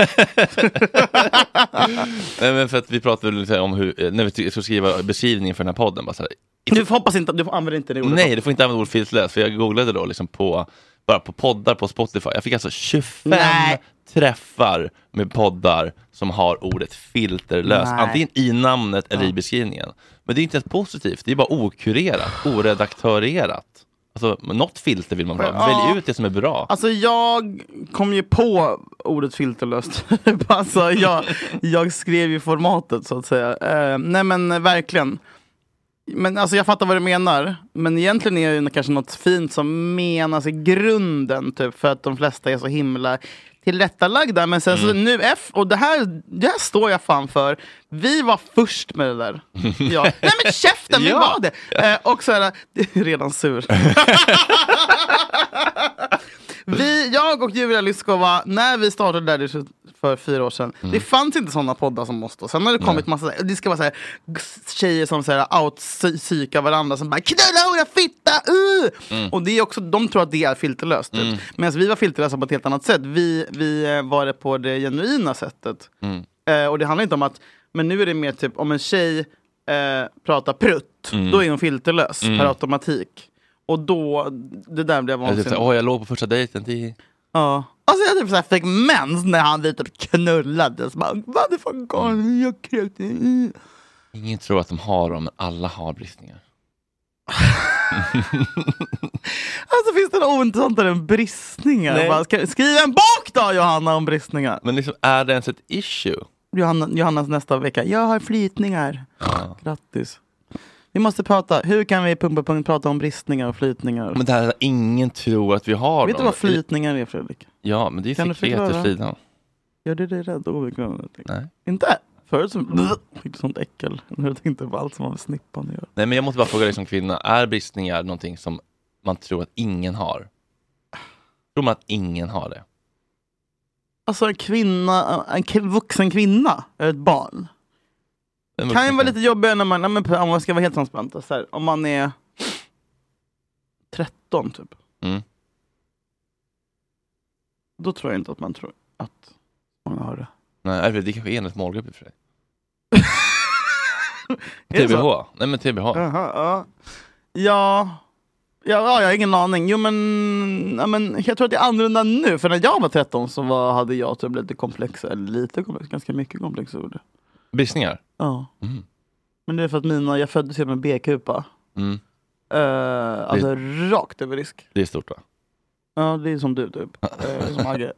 Nej, men för att vi pratade lite om hur, när vi ska skriva beskrivningen för den här podden. Bara så här, du hoppas inte, du använder inte det ordet. Nej, du får inte använda ordet filterlös. För jag googlade då liksom bara på poddar på Spotify. Jag fick alltså 25 träffar med poddar som har ordet filterlös. Antingen i namnet eller i beskrivningen. Men det är inte ens positivt. Det är bara okurerat, oredaktörerat. Alltså, något filter vill man ha. Välj ut det som är bra. Alltså, jag kom ju på ordet filterlöst. Alltså, jag skrev ju formatet, så att säga. Nej, men verkligen. Men alltså, jag fattar vad du menar. Men egentligen är det kanske något fint som menas i grunden. Typ, för att de flesta är så himla tillrättalagda. Men sen så nu och det här står jag fan för. Vi var först med det där. Ja. Nej, men käften, vi var det. Och så är det redan sur. Jag och Julia Lyskova, när vi startade där för 4 år sedan, det fanns inte sådana poddar som måste. Sen har det kommit massa, det ska vara så här, tjejer som out-psykar varandra som bara knulla hora fitta, Och det är också, de tror att det är filterlöst typ. Medan vi var filterlösa på ett helt annat sätt. Vi var det på det genuina sättet. Och det handlar inte om att, men nu är det mer typ, om en tjej pratar prutt, då är hon filterlös per automatik. Och då, det där blev vansinnigt. Jag låg på första dejten. Ja. Alltså jag typ såhär fick mens när han typ knullade. Så bara, vad det för gång? Jag krökte. Ingen tror att de har dem, men alla har bristningar. Alltså finns det något ointressantare än bristningar? Bara, skriv en bok då, Johanna, om bristningar. Men liksom, är det ens ett issue? Johannas nästa vecka. Jag har flytningar. Grattis. Vi måste prata, hur kan vi prata om bristningar och flytningar? Men det här, ingen tror att vi har. Vet du vad flytningar är, Fredrik? Ja, men det är sekretesslidan. Gör det dig rädd och obekväm? Nej. Inte? Förut så fick du sånt äckel. Jag tänkte på allt som har med snippan att göra. Nej, men jag måste bara fråga dig som kvinna. Är bristningar någonting som man tror att ingen har? Tror man att ingen har det? Alltså en vuxen kvinna är ett barn. Det kan ju vara lite jobbigare när man, om man ska vara helt transparent. Så här, om man är 13 typ. Då tror jag inte att man tror att många har det. Nej, det kanske är en målgrupp i för dig. TBH. Nej, men TBH. Ja, jag har ingen aning. Jo, men jag tror att det är annorlunda nu. För när jag var 13 så hade jag typ lite komplex. Eller lite komplex, ganska mycket komplex ord. Bristningar? Ja. Men det är för att jag föddes med B-kupa. Alltså rakt över risk. Det är stort, va? Ja, det är som du typ. Som Agge.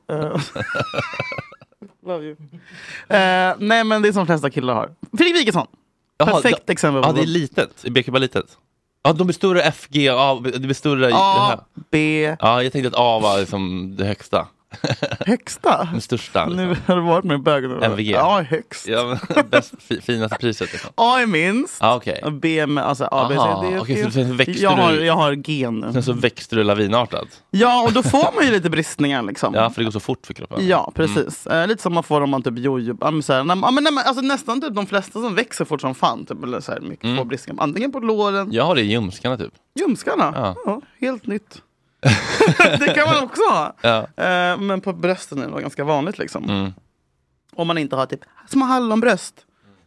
Love you. Nej, men det är som de flesta killar har. Fredrik Wikingsson. Perfekt exempel. Ja, det är litet. B-kupa litet. Ja, de blir större FG. Ja, det blir större A, B. Ja, jag tänkte att A var liksom det högsta. Högsta? Den största. Liksom. Nu har du varit med i bögen. MVG. Ja, högst. Ja, finaste priset. Liksom. A är minst. Okej. B med, alltså A, B, C, D, Okej, så växte jag har G nu. Sen så växte du lavinartat. Ja, och då får man ju lite bristningar liksom. Ja, för det går så fort för kroppen. Ja, precis. Lite som man får om man typ jojo. Alltså nästan typ de flesta som växer fort som fan. Typ, eller så här, mycket får bristningar. Antingen på låren. Jag har det i ljumskarna typ. Ljumskarna? Ja, helt nytt. Det kan man också ha. Ja. Men på brösten är det ganska vanligt liksom. Om man inte har typ små hallonbröst.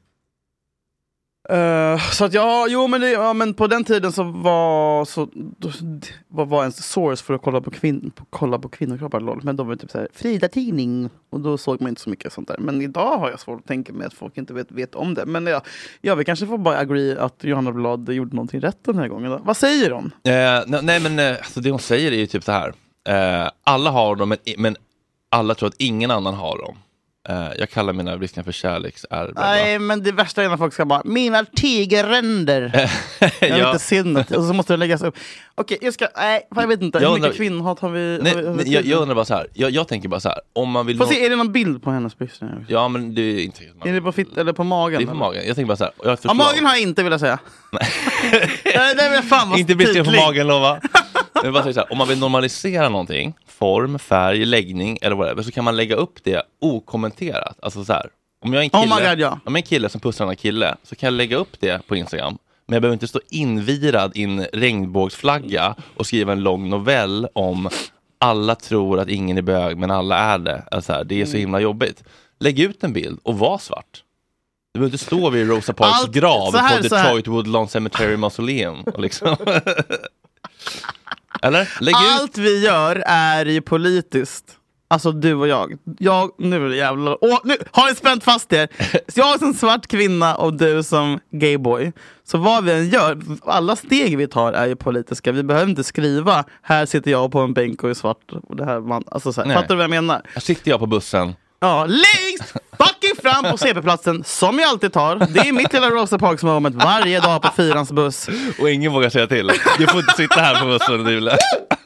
Så att men på den tiden så var en source för att kolla på kvinnokroppar, men de var typ så här Frida tidning, och då såg man inte så mycket sånt där. Men idag har jag svårt att tänka mig att folk inte vet om det. Men jag vill kanske få bara agree att Johanna Blad gjorde någonting rätt den här gången då. Vad säger hon? Alltså det hon säger är ju typ så här. Alla har dem, men alla tror att ingen annan har dem. Jag kallar mina bristningar för kärleksärr. Nej, men det värsta är när folk ska bara mina tigerränder. Jag vet inte sinnet. Och så måste det läggas upp. Okej, jag vet inte. Hur mycket kvinnohat har vi? Jag undrar bara så här. Jag tänker bara så här. Om man vill är det någon bild på hennes bristningar? Ja, men det är inte. Är det på eller på magen? Det är på magen. Jag tänker bara så här. Ja, magen har jag inte velat säga. Nej, fan inte bristningar på magen, lova. Men bara så här, om man vill normalisera någonting, form, färg, läggning eller whatever, så kan man lägga upp det okommenterat. Alltså så här, om jag är om jag är en kille som pussar en annan kille, så kan jag lägga upp det på Instagram. Men jag behöver inte stå invirad i en regnbågsflagga och skriva en lång novell om alla tror att ingen är bög men alla är det. Alltså här, det är så himla jobbigt. Lägg ut en bild och var svart. Du behöver inte stå vid Rosa Parks grav på Detroit Woodlawn Cemetery Mausoleum. Liksom. Eller? Allt vi gör är ju politiskt. Alltså du och jag. Nu är det jävla... nu har ni spänt fast er. Jag som svart kvinna och du som gayboy. Så vad vi än gör, alla steg vi tar är ju politiska. Vi behöver inte skriva, här sitter jag på en bänk och är svart. Och det här, alltså så här. Fattar du vad jag menar? Här sitter jag på bussen. Ja, längst fucking fram på CP-platsen, som jag alltid tar. Det är mitt lilla Rosa Parks moment varje dag på Fyrans buss. Och ingen vågar säga till. Du får inte sitta här på bussen, Dula.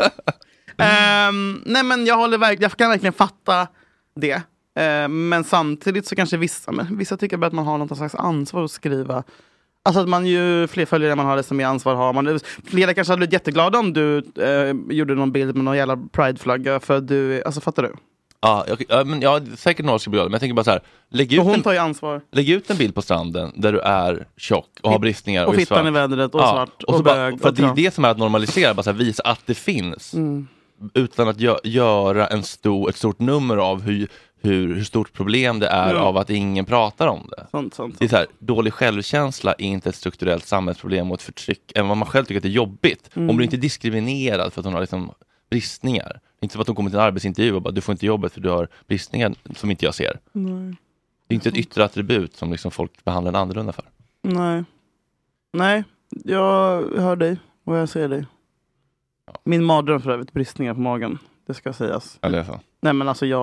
Nej, men jag kan verkligen fatta det. Men samtidigt så kanske vissa tycker att man har något slags ansvar att skriva. Alltså att man ju fler följare man har, det som är ansvar har man. Flera kanske hade blivit jätteglada om du gjorde någon bild med någon jävla pride-flagga, för du, alltså fattar du? Ja, men säkert några ska bli glada, men jag tänker bara så här, lägg ut en bild på stranden där du är tjock och har bristningar och fittan i vädret och svart och bög. För det är det som är att normalisera, bara så här, visa att det finns. Utan att göra ett stort nummer av hur stort problem det är av att ingen pratar om det. Sånt. Det är så här, dålig självkänsla är inte ett strukturellt samhällsproblem och ett förtryck, än vad man själv tycker att det är jobbigt. Om du inte är diskriminerad för att hon har liksom bristningar. Inte för att de kommer till en arbetsintervju och bara, du får inte jobbet för du har bristningar som inte jag ser. Nej. Det är inte ett yttre attribut som liksom folk behandlar en annorlunda för. Nej, jag hör dig och jag ser dig. Ja. Min mardröm för övrigt, bristningar på magen. Det ska sägas. Ja, det är så. Nej, men alltså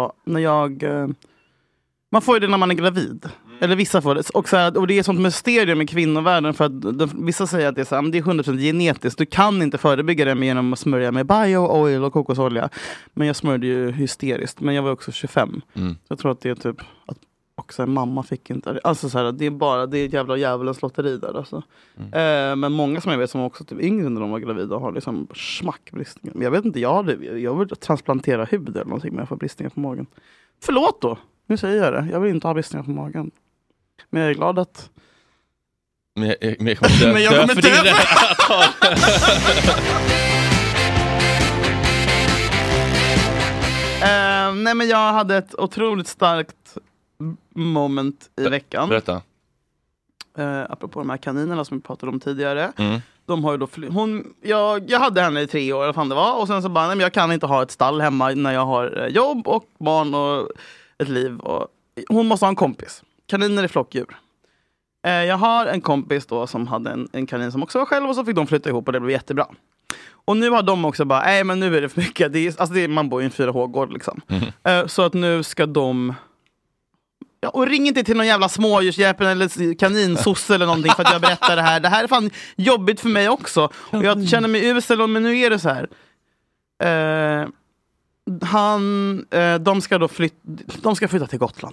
man får ju det när man är gravid. Eller vissa får det. Och det är sånt mysterium i kvinnovärlden, för att vissa säger att det är, så, det är 100% genetiskt. Du kan inte förebygga det genom att smörja med bio-oil och kokosolja. Men jag smörjde ju hysteriskt. Men jag var också 25. Så jag tror att det är typ att också mamma fick inte. Alltså så här, det är jävla djävulens lotteri där. Alltså. Men många som jag vet som också typ yngre när de var gravida har liksom smackbristningar. Men jag vet inte, jag vill transplantera hud eller någonting, men jag får bristningar på magen. Förlåt då. Nu säger jag det. Jag vill inte ha bristningar på magen. Men jag är glad att... Men jag kommer dö för din nej, men jag hade ett otroligt starkt moment i veckan. Berätta. Apropå de här kaninerna som vi pratade om tidigare. De har ju då jag hade henne i 3 år, eller fan det var. Och sen så bara, nej, men jag kan inte ha ett stall hemma när jag har jobb och barn och ett liv. Och hon måste ha en kompis. Kaniner är flockdjur. Jag har en kompis då som hade en kanin som också var själv, och så fick de flytta ihop och det blev jättebra. Och nu har de också bara, nej men nu är det för mycket. Man bor i en 4H-gård liksom. Så att nu ska de... Ja, och ring inte till någon jävla smådjursjäpen eller kaninsosse eller någonting för att jag berättar det här. Det här är fan jobbigt för mig också. Och jag känner mig usel, men nu är det så här. de ska då flytta till Gotland.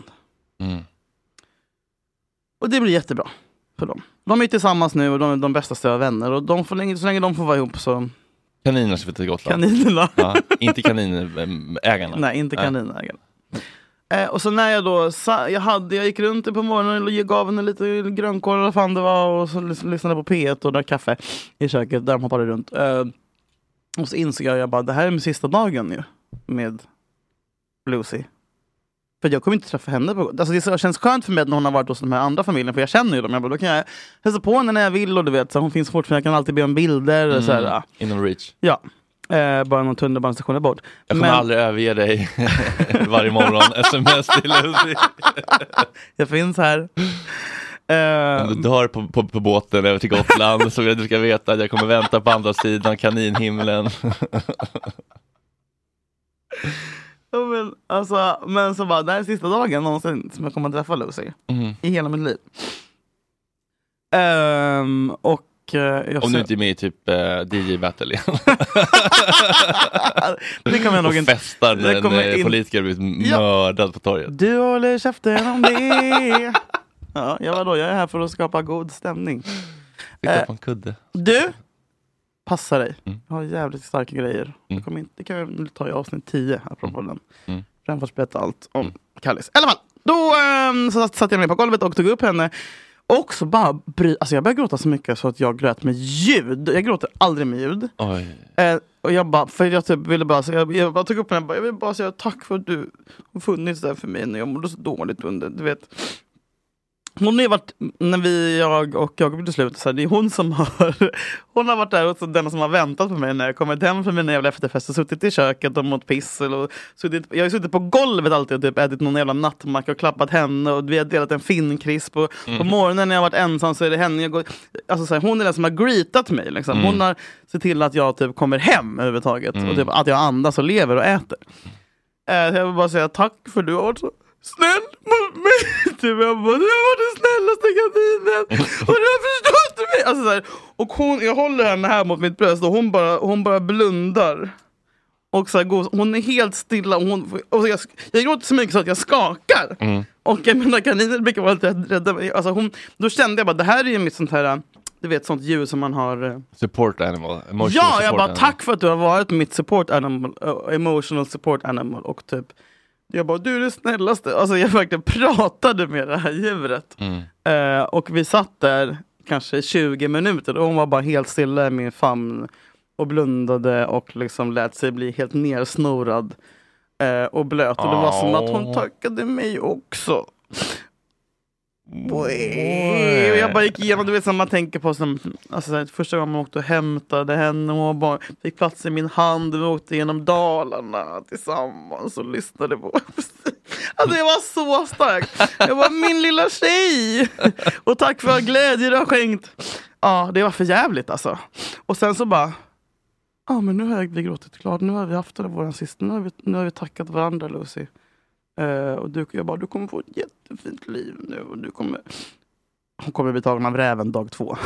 Och det blir jättebra för dem. De är tillsammans nu och de är de bästa vänner. Och så länge de får vara ihop så... Kaniner ska flytta till Gotland. Kaninerna. Ja, inte kaninägarna. Nej, inte kaninägarna. Och så när jag då jag gick runt på morgonen och gav henne lite grönkål eller vad fan det var, och så lyssnade på P1 och drack kaffe i köket där de hoppade runt. Och så insåg jag bara, det här är min sista dagen nu med Lucy. För jag kommer inte träffa henne alltså det känns skönt för mig att hon har varit hos de här andra familjerna, för jag känner ju dem. Jag bara, då kan jag hälsa på henne när jag vill, och du vet, så hon finns fortfarande, jag kan alltid be om bilder och så här. Inom reach. Ja. Bara någon tunnelbanestation bort. Jag kommer aldrig överge dig varje morgon. SMS till Lucy. Jag finns här. Om du dör på båten över till Gotland, så du ska veta att jag kommer vänta på andra sidan kaninhimlen. Men så bara, det här är sista dagen någonsin som jag kommer att träffa Lucy i hela mitt liv. Om du inte är med i typ DJ Battle igen. Det kommer jag nog inte. Och festar när politiker blivit mördad på torget. Du håller käften om det. Ja, jag är här för att skapa god stämning. Sitta på en kudde. Du, passa dig. Jag har jävligt starka grejer. Det kan jag ta i avsnitt 10 apropå den. Den får berätta allt om Kallis. I alla fall, då så satt jag ner på golvet och tog upp henne. Och så bara alltså jag började gråta så mycket så att jag grät med ljud. Jag gråter aldrig med ljud. Och jag bara, för jag typ ville bara, jag bara tog upp henne, jag vill bara säga tack för att du har funnits där för mig när jag mådde så dåligt under, du vet. Hon har varit, när jag blev slut, så det är hon som hon har varit där, och så den som har väntat på mig när jag kommit hem från mina jävla efterfester, suttit i köket och mått pissel och jag har suttit på golvet alltid och typ ätit någon jävla nattmacka och klappat henne, och vi har delat en finkrisp på morgonen när jag har varit ensam, så är det henne alltså så här, hon är den som har greetat mig liksom. Hon har sett till att jag typ kommer hem överhuvudtaget och typ att jag andas och lever och äter. Jag vill bara säga tack för du har varit så snäll mot mig. Typ, jag bara, du var den snällaste kaninen. Och du har förstått mig. Alltså, så här, och jag håller henne här mot mitt bröst och hon bara blundar. Och så här, hon är helt stilla. Och jag gråter så mycket så att jag skakar. Och jag menar, kaniner brukar vara lite rädda. Alltså, då kände jag bara, det här är ju mitt sånt här, du vet, sånt djur som man har support animal. Ja, jag bara, tack för att du har varit mitt support animal, emotional support animal. Och typ jag bara, du är det snällaste. Alltså jag verkligen pratade med det här djuret. Och vi satt där kanske 20 minuter och hon var bara helt stilla i min famn och blundade och liksom lät sig bli helt nersnorad och blöt. Och det var som att hon tackade mig också. Och jag bara gick igenom, du vet, som man tänker på som, alltså, första gången man åkte och hämtade henne och hon bara fick plats i min hand och vi åkte genom Dalarna tillsammans och lyssnade på. Alltså jag var så stark. Jag var min lilla tjej. Och tack för glädje du har skänkt. Ja, det var för jävligt alltså. Och sen så bara, men nu har jag blivit gråtit klart. Nu har vi haft det våran sista. Nu har vi tackat varandra, Lucy. Och jag bara, du kommer få ett jättefint liv nu. Och hon kommer bli tagen av räven dag 2.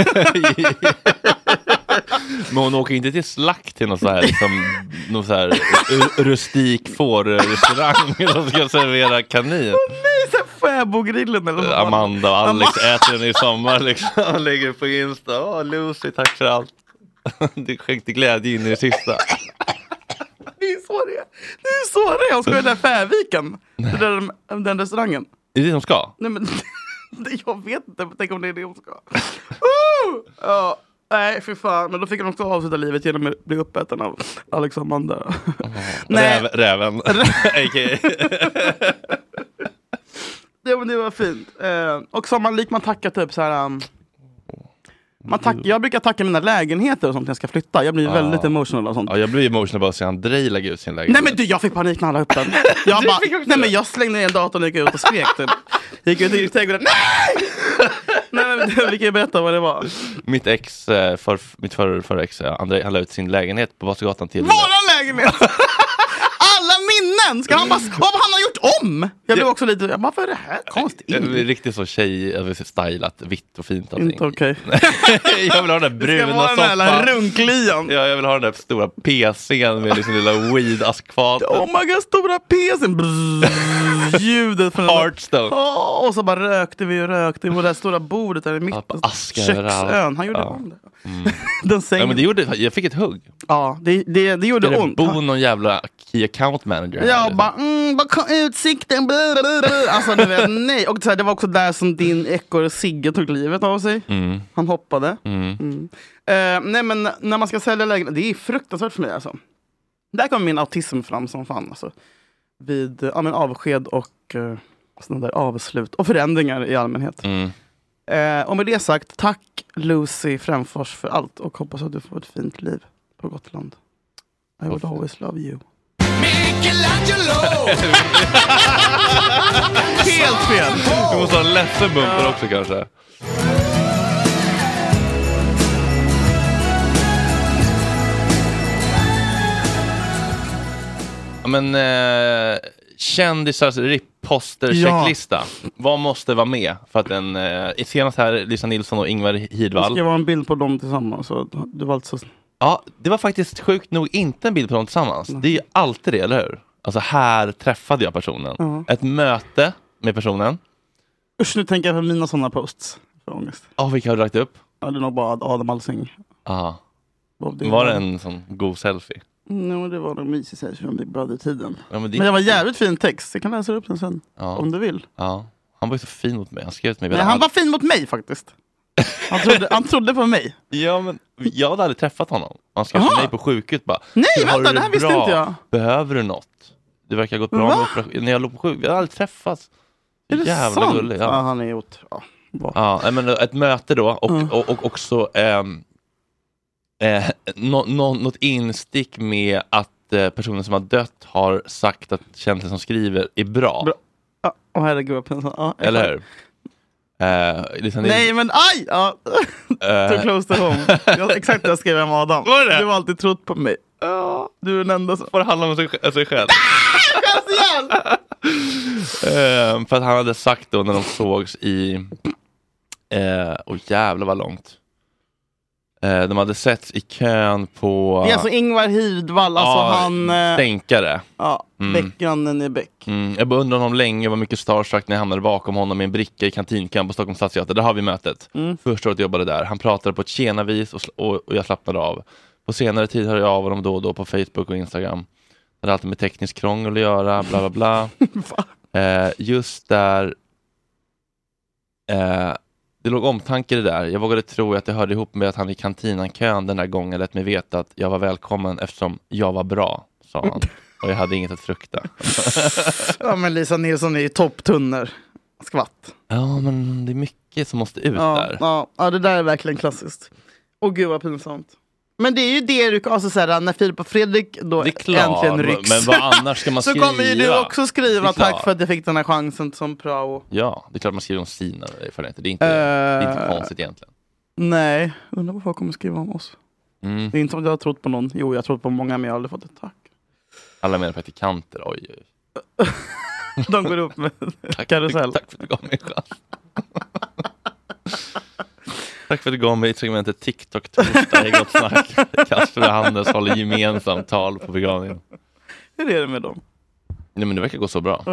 Men hon åker inte till slakt till någon så här, liksom, någon så här rustik fårrestaurang som ska servera kanin. Nej, så Fäbogrillen eller vad. Amanda och Alex äter den i sommar liksom. Lägger på Insta. Lucy, tack för allt. Du skänkte glädje in i det sista. Det är så det. Hon ska i den där Färviken. Den restaurangen. Är det de ska? Nej, men jag vet inte. Tänk om det är det hon ska. Nej, för fan. Men då fick hon också avsluta livet genom att bli uppäten av Alex och Amanda. Räven. A.k.a. Ja, men det var fint. Och som man tackar typ så här. Jag brukar tacka mina lägenheter och sånt när jag ska flytta. Jag blir väldigt emotional och sånt. Ja, jag blir emotional bara att se Andrei lägga ut sin lägenhet. Nej men du, jag fick panik när han la upp den. Jag slängde ner datorn och gick ut och skrek typ. Gick ut i trädgården. Nej! Nej men vi kan ju berätta vad det var. Mitt förra ex, Andrei, han la ut sin lägenhet på Vasagatan till... Våran lägenhet! Alla filmen! Ska han bara, vad han har gjort om? Jag blev också lite, varför är det här konstigt? Det är riktigt så stylat, vitt och fint allting. Inte okej. Jag vill ha den där bruna soffan. Det ska vara den här runklian. Ja, jag vill ha den där stora PC:n med liksom lilla weed-askfatet. Oh my god, stora PC:n. Ljudet från Hearthstone. Och så bara rökte på det här stora bordet där i mitten. Köksön. Han gjorde om det. Den sängen. Ja, men jag fick ett hugg. Ja, det gjorde ont. Bo någon jävla key account manager. Ja, bara utsikten. Alltså du vet, nej. Och det var också där som din ekorre Sigge tog livet av sig. Han hoppade. Nej, men när man ska sälja lägenhet, det är fruktansvärt för mig alltså. Där kommer min autism fram som fan alltså. Vid avsked och sådana där avslut och förändringar i allmänhet. Och med det sagt, tack Lucy Främfors för allt och hoppas att du får ett fint liv på Gotland. I would always love you. Michelangelo! Helt fel! Du måste ha en ledsen bumper också kanske. Men kändisars ripposter-checklista. Vad måste vara med för att senast här Lisa Nilsson och Ingvar Hidvall. Det ska vara en bild på dem tillsammans. Så det var alltså... Ja, det var faktiskt sjukt nog inte en bild på dem tillsammans. Det är ju alltid det, eller hur? Alltså här träffade jag personen. Ett möte med personen. Usch, nu tänker jag på mina sådana posts. För ångest. Vilka har du lagt upp? Ja, det är nog bara Adam Alsing. Var det en sån god selfie? No, det var nog mysigt så här från Big Brother-tiden. Ja, men det var jävligt fin text. Jag kan läsa upp den sen, om du vill. Ja, han var ju så fin mot mig. Han skrev till mig. Nej, han var fin mot mig faktiskt. Han trodde på mig. Ja, men jag hade aldrig träffat honom. Han skrev till mig på sjukhuset bara. Nej, vänta, det här visste inte jag. Behöver du något? Det verkar ha gått bra med operation. När jag låg på sjuk, vi hade aldrig träffats. Är det jävla sant? Gullig. Ja, han är Ja, men ett möte då och också något instick med att personen som har dött har sagt att känslan som skriver är bra. Herregud vad pinsamt. Eller hur? Nej men aj! Too close to home. Exakt det jag skrev om Adam. Var det? Du har alltid trott på mig. Du är den enda som... Får det handla om sig själv? För att han hade sagt då när de sågs i jävlar vad långt. De hade setts i kön på... Det är alltså Ingvar Hidvall, alltså han... Stänkare. Ja, Bäckgrannen i Bäck. Jag beundrar honom länge, var mycket starstruck när jag hamnade bakom honom med en bricka i kantinkön på Stockholms stadsteater. Där har vi mötet. Första året jag jobbade där. Han pratade på ett tjena-vis och jag slappnade av. På senare tid hör jag av honom då och då på Facebook och Instagram. Det hade alltid med teknisk krångel att göra, bla bla bla. Just där... det låg omtanke det där. Jag vågade tro att det hörde ihop med att han i kantinankön den där gången lät mig veta att jag var välkommen eftersom jag var bra, sa han. Och jag hade inget att frukta. Ja, men Lisa Nilsson är ju topptunner. Skvatt. Ja, men det är mycket som måste ut där. Ja, det där är verkligen klassiskt. Och gud vad pinsamt. Men det är ju det du, alltså såhär, när Filip och Fredrik då äntligen rycks. Men vad annars ska man så skriva? Så kommer ju du också skriva tack för att jag fick den här chansen som prao. Ja, det är klart man skriver om sina erfarenheter. Det är inte konstigt egentligen. Nej, undrar vad folk kommer skriva om oss. Det är inte som att jag har trott på någon. Jo, jag har trott på många, men jag har aldrig fått ett tack. Alla menar praktikanter, oj. De går upp med karusell. Tack för att du gav mig en chans. Tack för att du gav mig segmentet TikTok-torsdag i Gott Snack. Kasper och Handels håller gemensamt tal på begravningen. Hur är det med dem? Nej, men det verkar gå så bra.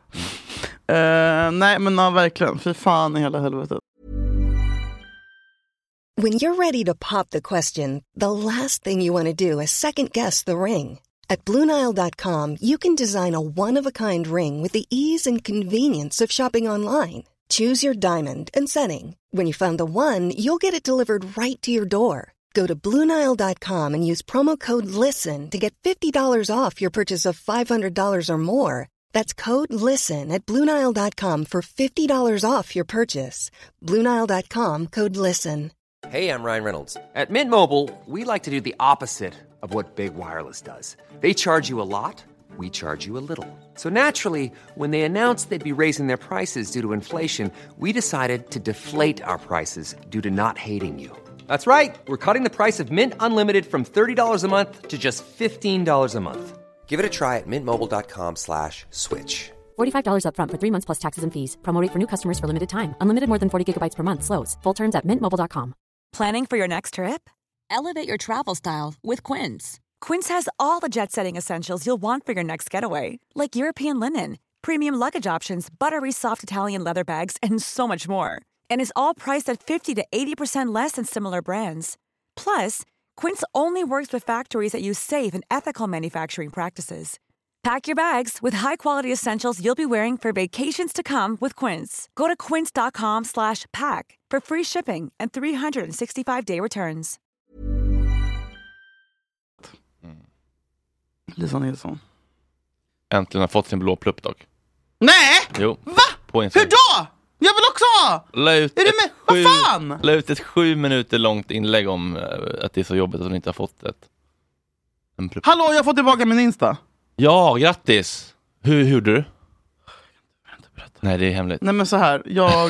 Nej, men verkligen. Fy fan i hela helvetet. When you're ready to pop the question, the last thing you want to do is second guess the ring. At BlueNile.com you can design a one-of-a-kind ring with the ease and convenience of shopping online. Choose your diamond and setting. When you find the one, you'll get it delivered right to your door. Go to BlueNile.com and use promo code LISTEN to get $50 off your purchase of $500 or more. That's code LISTEN at BlueNile.com for $50 off your purchase. BlueNile.com, code LISTEN. Hey, I'm Ryan Reynolds. At Mint Mobile, we like to do the opposite of what Big Wireless does. They charge you a lot. We charge you a little. So naturally, when they announced they'd be raising their prices due to inflation, we decided to deflate our prices due to not hating you. That's right. We're cutting the price of Mint Unlimited from $30 a month to just $15 a month. Give it a try at mintmobile.com/switch. $45 up front for 3 months plus taxes and fees. Promo rate for new customers for limited time. Unlimited more than 40 gigabytes per month slows. Full terms at mintmobile.com. Planning for your next trip? Elevate your travel style with Quince. Quince has all the jet-setting essentials you'll want for your next getaway, like European linen, premium luggage options, buttery soft Italian leather bags, and so much more. And is all priced at 50 to 80% less than similar brands. Plus, Quince only works with factories that use safe and ethical manufacturing practices. Pack your bags with high-quality essentials you'll be wearing for vacations to come with Quince. Go to quince.com/pack for free shipping and 365-day returns. Lisa Nilsson. Äntligen har fått sin blå plupp dock. Nej! Jo. Va? Hur då? Jag vill också ha! Är du med? Vad fan? La ut ett 7 minuter långt inlägg om att det är så jobbigt att hon inte har fått en plupp. Hallå, jag har fått tillbaka min Insta. Ja, grattis! Hur gjorde du? Nej, det är hemligt. Nej, men så här, jag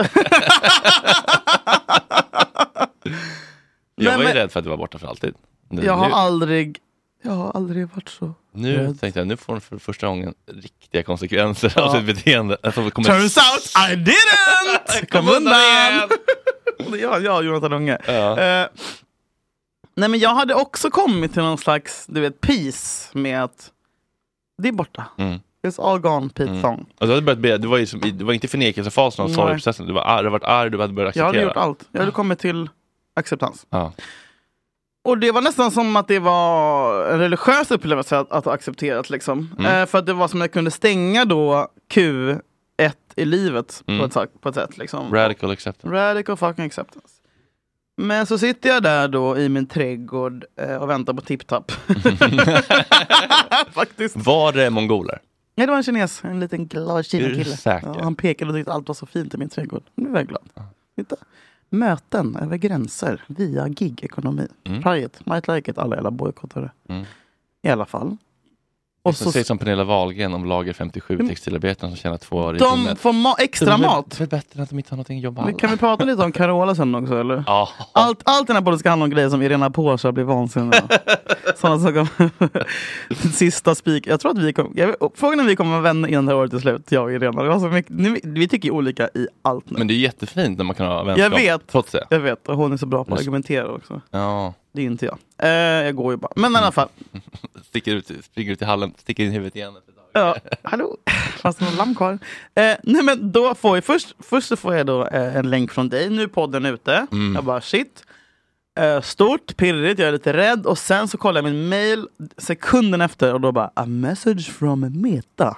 var ju rädd för att du var borta för alltid. Jag har aldrig varit så nu rädd. Tänkte jag, nu får hon för första gången riktiga konsekvenser av sitt beteende. Turns out I didn't! Kom undan! Ja, Jonathan Unge. Ja. Nej, men jag hade också kommit till någon slags, peace med att det är borta. It's all gone, Pete Song. Och du hade börjat du var inte förnekelsefasen av sorgprocessen. Du hade varit arg, du hade börjat acceptera. Jag hade gjort allt. Jag hade kommit till acceptans. Ja. Och det var nästan som att det var en religiös upplevelse att ha accepterat liksom. För att det var som att jag kunde stänga då Q1 i livet på ett sätt liksom. Radical acceptance. Radical fucking acceptance. Men så sitter jag där då i min trädgård och väntar på tipptapp. Faktiskt. Var det mongoler? Nej, det var en kines. En liten glad Kina-kille. Ja, han pekade och tyckte att allt var så fint i min trädgård. Nu är jag glad. Titta. Möten över gränser via gig-ekonomi. Riot, might like it, alla bojkottare. I alla fall. Och så säger som Pernilla Wahlgren om lager 57 textilarbetare som tjänar 2 år i timmen. timmen. De får extra mat. Det är bättre att de inte har någonting att jobba med. Kan vi prata lite om Carola sen också, eller? Ja. Allt den här podden ska handla om grejer som Irena Påsa blir vansinniga. Sådana saker. Sista spik. Jag tror att vi kommer... Frågan är om vi kommer vara vänner innan det här året till slut. Jag och Irena. Det var så mycket, vi tycker ju olika i allt nu. Men det är jättefint när man kan ha vänskap. Jag vet. Trots det. Jag vet. Och hon är så bra på att argumentera också. Ja. Det är inte jag. Jag går ju bara. Men i alla fall. Springer ut i hallen, sticker in huvudet igen. Ja, hallå. Fanns det någon lamm kvar? Nej, men då får jag först så får jag då en länk från dig. Nu är podden ute. Jag bara shit. Stort, pirrigt, jag är lite rädd. Och sen så kollar jag min mail sekunden efter och då bara a message from Meta.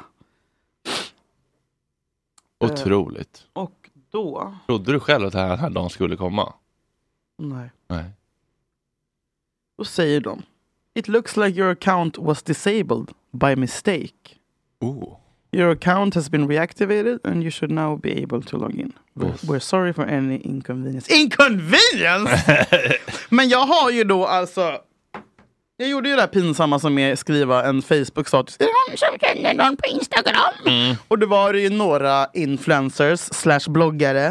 Otroligt. Och då... Trodde du själv att den här dagen skulle komma? Nej. Då säger de: It looks like your account was disabled by mistake. Your account has been reactivated and you should now be able to log in. We're sorry for any inconvenience. Inconvenience! Men jag har ju då alltså... Jag gjorde ju det här pinsamma som är skriva en Facebook-status. Är det någon som känner någon på Instagram? Och det var ju några influencers / bloggare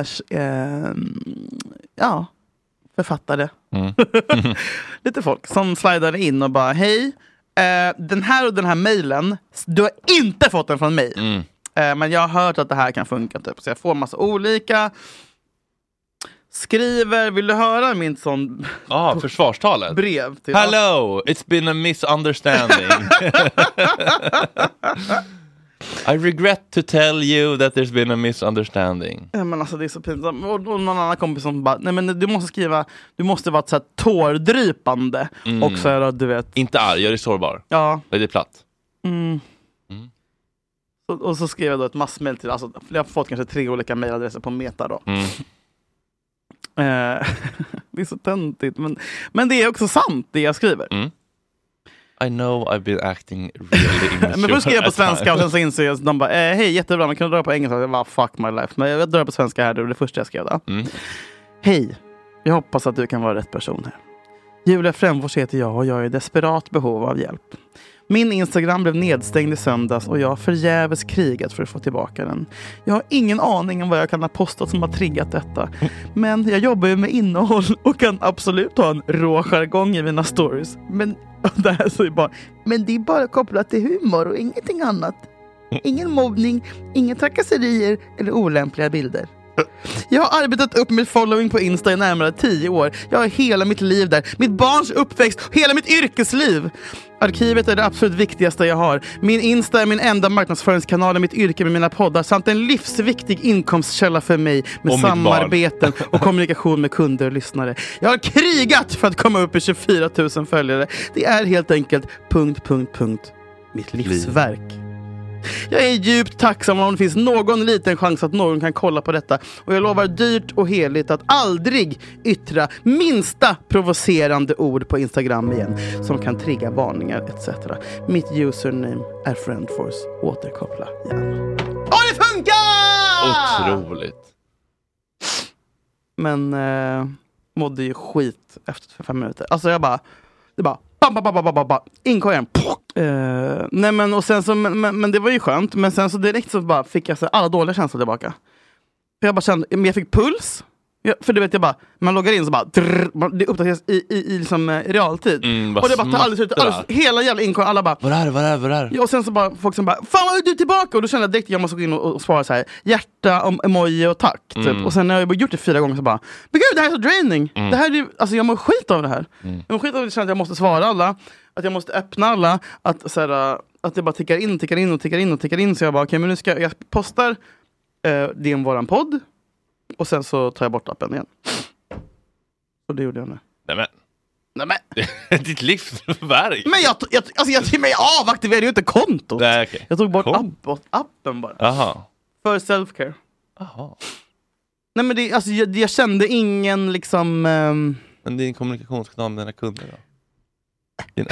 / författare. Lite folk som slidade in och bara hej, den här och den här mailen, du har inte fått den från mig. Men jag har hört att det här kan funka typ. Så jag får massa olika. Skriver, vill du höra min sån försvarstalet? Brev till Hello, it's been a misunderstanding. I regret to tell you that there's been a misunderstanding. Ja, men alltså det är så pinsamt. Och någon annan kompis som bara, nej men du måste skriva, du måste vara så här tårdrypande. Och så här, du vet. Inte arg, gör det sårbar. Ja. Det är platt. Och så skrev jag då ett massmail till, alltså jag har fått kanske 3 olika mailadresser på Meta då. Det är så töntigt, men det är också sant det jag skriver. I know I've been acting really immature. Men först skrev jag på svenska och sen så inser jag, de bara, hej jättebra, man kan dra på engelska. Jag bara, fuck my life. Men jag drar på svenska här, det var det första jag skrev då. Hej, jag hoppas att du kan vara rätt person här. Julia Frändfors heter jag och jag är i desperat behov av hjälp. Min Instagram blev nedstängd i söndags och jag har förgäves krigat för att få tillbaka den. Jag har ingen aning om vad jag kan ha postat som har triggat detta. Men jag jobbar ju med innehåll och kan absolut ha en rå jargong i mina stories. Men det här så är bara, men det är bara kopplat till humor och ingenting annat. Ingen mobbning, inga trakasserier eller olämpliga bilder. Jag har arbetat upp mitt following på Insta i närmare 10 år. Jag har hela mitt liv där. Mitt barns uppväxt och hela mitt yrkesliv. Arkivet är det absolut viktigaste jag har. Min Insta är min enda marknadsföringskanal i mitt yrke med mina poddar samt en livsviktig inkomstkälla för mig med och samarbeten och kommunikation med kunder och lyssnare. Jag har krigat för att komma upp i 24 000 följare. Det är helt enkelt ... mitt livsverk. Jag är djupt tacksam om det finns någon liten chans att någon kan kolla på detta. Och jag lovar dyrt och heligt att aldrig yttra minsta provocerande ord på Instagram igen som kan trigga varningar etc. Mitt username är friendforce. Återkoppla gärna. Åh, det funkar! Otroligt. Men mådde ju skit efter 5 minuter. Alltså jag bara, det bara inkorgen. Nej men och sen så men det var ju skönt, men sen så direkt så bara fick jag så alla dåliga känslor tillbaka. För jag bara kände, men jag fick puls. För du vet jag bara, man loggar in så bara det uppdateras i liksom realtid. Och det bara alldeles hela jävla inkorgen, alla bara Var är? Ja, och sen så bara folk som bara, fan vad är du tillbaka? Och då kände jag direkt att jag måste gå in och svara så här, hjärta, emoji och tack typ. Och sen när jag bara gjort det 4 gånger så bara, men gud det här är så draining. Det här är ju, alltså jag mår skit av det här. Jag mår skit av det, känner att jag måste svara alla, att jag måste öppna alla, att så här, att det bara tickar in så jag bara, okej, men nu ska jag postar det om våran podd och sen så tar jag bort appen igen. Och det gjorde jag nu. Nej men. Ditt livsverk. Men jag avaktiverade ju inte kontot. Nej, okay. Jag tog bort appen bara. Aha. För self-care. Aha. Nej men det, alltså, jag kände ingen liksom... Men din kommunikationskanal med dina kunder då? Det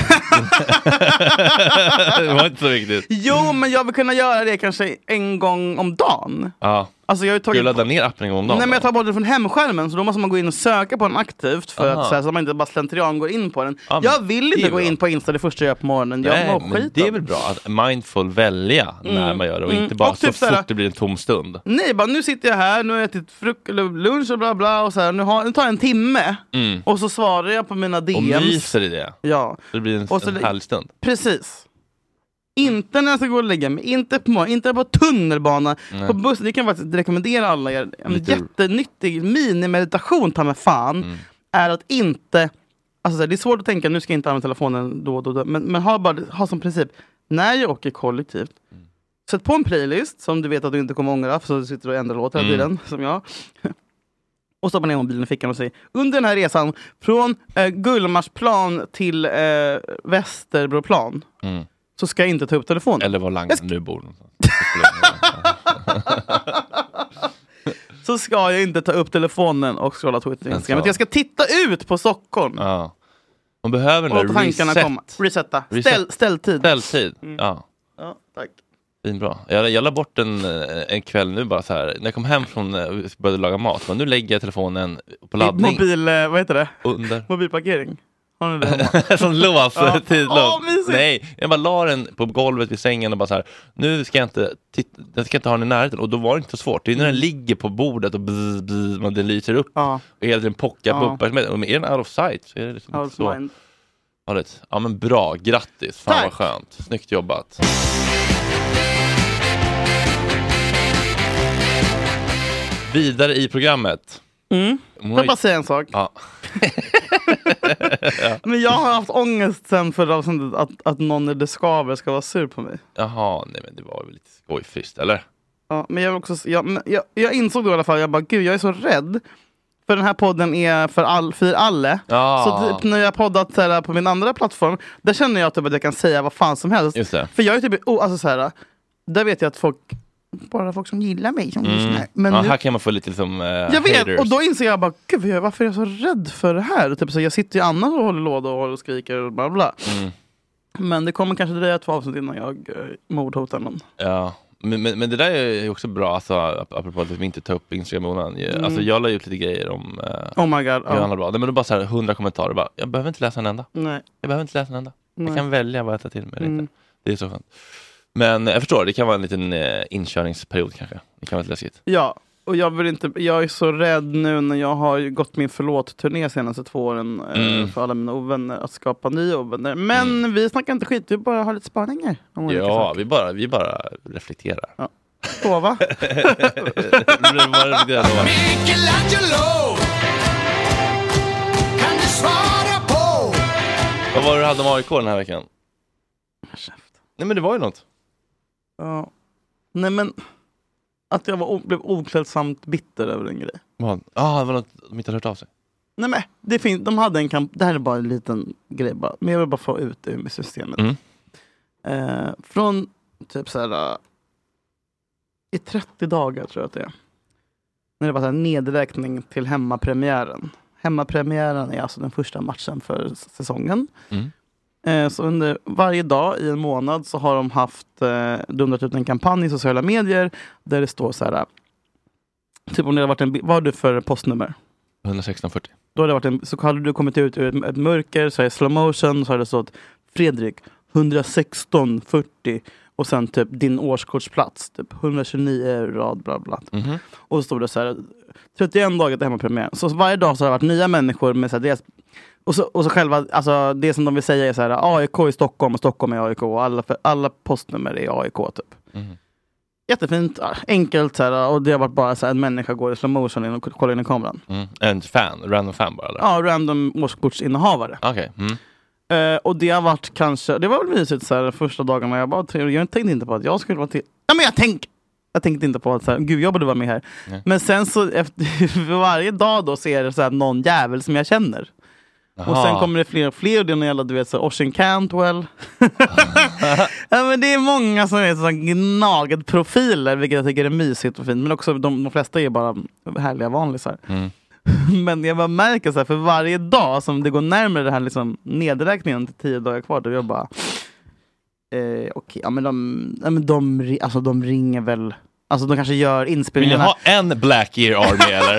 var inte så viktigt. Jo, men jag vill kunna göra det kanske en gång om dagen. Ja. Alltså jag har tagit... Ska du ladda ner appen en gång om dagen? Nej, men jag tar bort det från hemskärmen. Så då måste man gå in och söka på den aktivt. För att, så man inte bara slentrian går in på den. Ja, jag vill inte gå in på Insta det första jag gör på morgonen. Nej, jag mår skit. Det är väl bra att mindful välja när man gör det. Och inte bara och så typ fort det blir en tom stund. Nej, bara nu sitter jag här. Nu har jag ätit lunch och bla bla. Och så här, nu tar jag en timme. Och så svarar jag på mina DMs. Och myser i det. Ja. Så det blir en härlig stund. Precis. Inte när jag ska gå och lägga mig, inte på tunnelbana, på bussen. Det kan jag faktiskt rekommendera alla er. En jättenyttig minimeditation, ta med fan, är att inte, alltså det är svårt att tänka, nu ska jag inte använda telefonen då. Men ha som princip, när jag åker kollektivt, sätt på en playlist som du vet att du inte kommer ångra, för så du sitter och ändrar låtar hela tiden, som jag. Och stoppar ner mobilen i fickan och säger, under den här resan från Gullmarsplan till Västerbroplan, så ska jag inte ta upp telefonen. Eller var Langen nu bor. Så ska jag inte ta upp telefonen och scrolla Twitter. Men jag ska titta ut på Stockholm. Ja. Man behöver den resetta. Ställtid. Ja, tack. Bra. Jag la bort en kväll nu bara så här. När jag kom hem från började laga mat. Men nu lägger jag telefonen på laddning. Vad heter det? Under. Mobilparkering. Har ni det hemma? Som lås, tidlås. Nej, jag bara la den på golvet vid sängen och bara så här, nu ska jag inte ha den i närheten. Och då var det inte så svårt. Det är när den ligger på bordet och det lyser upp och hela tiden pockar på uppmärksamhet. Och är den out of sight så är det liksom out så. Mind. Ja men bra, grattis. Fan tack. Vad skönt. Snyggt jobbat. Vidare i programmet. Jag vill bara säga en sak. Ja. Men jag har haft ångest sen för att någon i det skaver ska vara sur på mig. Jaha, nej men det var väl lite skojfriskt, eller? Ja, men jag insåg då i alla fall, jag bara, gud jag är så rädd. För den här podden är för alla. Så typ, när jag har poddat såhär, på min andra plattform, där känner jag typ att jag kan säga vad fan som helst. Just det. För jag är typ, alltså såhär, där vet jag att bara folk som gillar mig som lyssnar. Men nu, här kan man få lite som jag vet, haters. Och då inser jag bara, gud varför är jag så rädd för det här? Och typ, så jag sitter ju annars och håller låda och håller och skriker och bla bla. Men det kommer kanske dröja 2 avsnitt innan jag mordhotar någon. Ja. Men det där är också bra, alltså, apropå att vi inte tar upp Instagram-månaden. Alltså, jag la ut lite grejer om... oh my god. Bra. Men då bara så här 100 kommentarer. Bara, jag behöver inte läsa en enda. Nej. Jag behöver inte läsa en enda. Jag kan välja vad jag tar till mig eller inte. Det är så skönt. Men jag förstår, det kan vara en liten inkörningsperiod kanske. Det kan vara lite läskigt. Ja, och jag är så rädd nu när jag har gått min förlåt-turné senaste 2 åren för alla mina ovänner att skapa nya ovänner. Men vi snackar inte skit, vi bara har lite spaningar. Ja, vi bara reflekterar. Ja. Sova. Michelangelo, kan du svara på? Vad var det du hade om AIK den här veckan? Nej, men det var ju något. Ja. Nej, men att jag blev oklädsamt bitter över en grej. Det var något de inte hade hört av sig. Nej, men de hade en kamp. Det här är bara en liten grej bara. Men jag vill bara få ut det med systemet. Från typ så här i 30 dagar tror jag att det är. När det var så här nedräkning till hemmapremiären. Hemmapremiären är alltså den första matchen för säsongen. Så under varje dag i en månad så har de dundrat ut en kampanj i sociala medier där det står så här, typ om det har varit vad har du för postnummer? 11640. Då har det varit så hade du kommit ut ur ett mörker, så är det slow motion, så har det stått Fredrik 11640 och sen typ din årskortsplats typ 129 rad bla bla. Och så stod det så här 31 dagar till hemmapremiär. Så varje dag så har det varit nya människor med så här, deras och så själva, alltså det som de vill säga är så här AIK i Stockholm och Stockholm är AIK och alla postnummer är AIK typ. Jättefint, enkelt så här, och det har varit bara så här en människa går i slow motion och kollar in i kameran. En random fan bara eller? Ja, random årskortsinnehavare. Okej. Och det har varit kanske, det var väl mysigt så här första dagarna jag tänkte inte på att jag skulle vara till. Ja, men jag tänkte inte på att så här, gud jag borde vara med här. Men sen så för varje dag då så är det så här någon jävel som jag känner. Aha. Och sen kommer det fler och fler och det är någon jävla, du vet, så Ocean Cantwell. Ja, men det är många som är så gnagad profiler, vilket jag tycker är mysigt och fint. Men också de flesta är bara härliga vanliga. Men jag bara märker så här, för varje dag som det går närmare det här liksom, nedräkningen till 10 dagar kvar, då jag bara okej, ja men de ringer väl, alltså de kanske gör inspelningarna. Vill ni ha en Black Ear Army eller?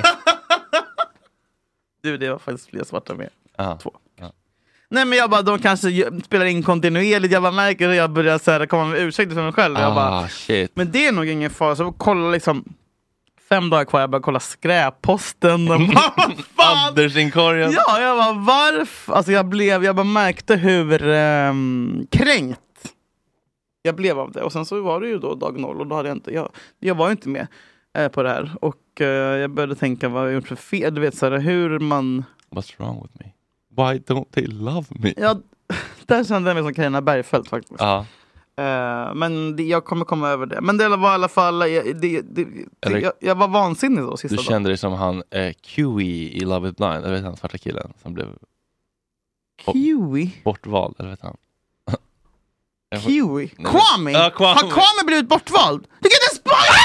Du, det var faktiskt fler svarta med. 2. Nej, men jag bara, de kanske spelar in kontinuerligt. Jag bara märker att jag börjar så här, komma med ursäkter för mig själv. Jag bara, shit. Men det är nog ingen fara. Så jag kollar liksom 5 dagar kvar, jag börjar kolla skräpposten. Och Andersinkorgen. Ja, jag bara, varför? Alltså jag bara märkte hur kränkt jag blev av det. Och sen så var det ju då dag 0 och då hade jag var ju inte med på det här. Och jag började tänka, vad jag gjort för fel? Du vet så här, hur man... What's wrong with me? Why don't they love me? Ja, där kände jag mig som Carina Bergfeldt faktiskt. Men jag kommer komma över det. Men det var i alla fall jag var vansinnig då sista dagen. Du kände dig som han Kiwi i Love It Blind. Eller vet han, svarta killen som blev Kiwi? Bortvald, eller vet han? Kiwi? Kwame? Har Kwame blivit bortvald? Du kan inte spoila!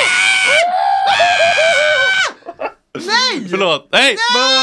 Nej! Förlåt! Nej!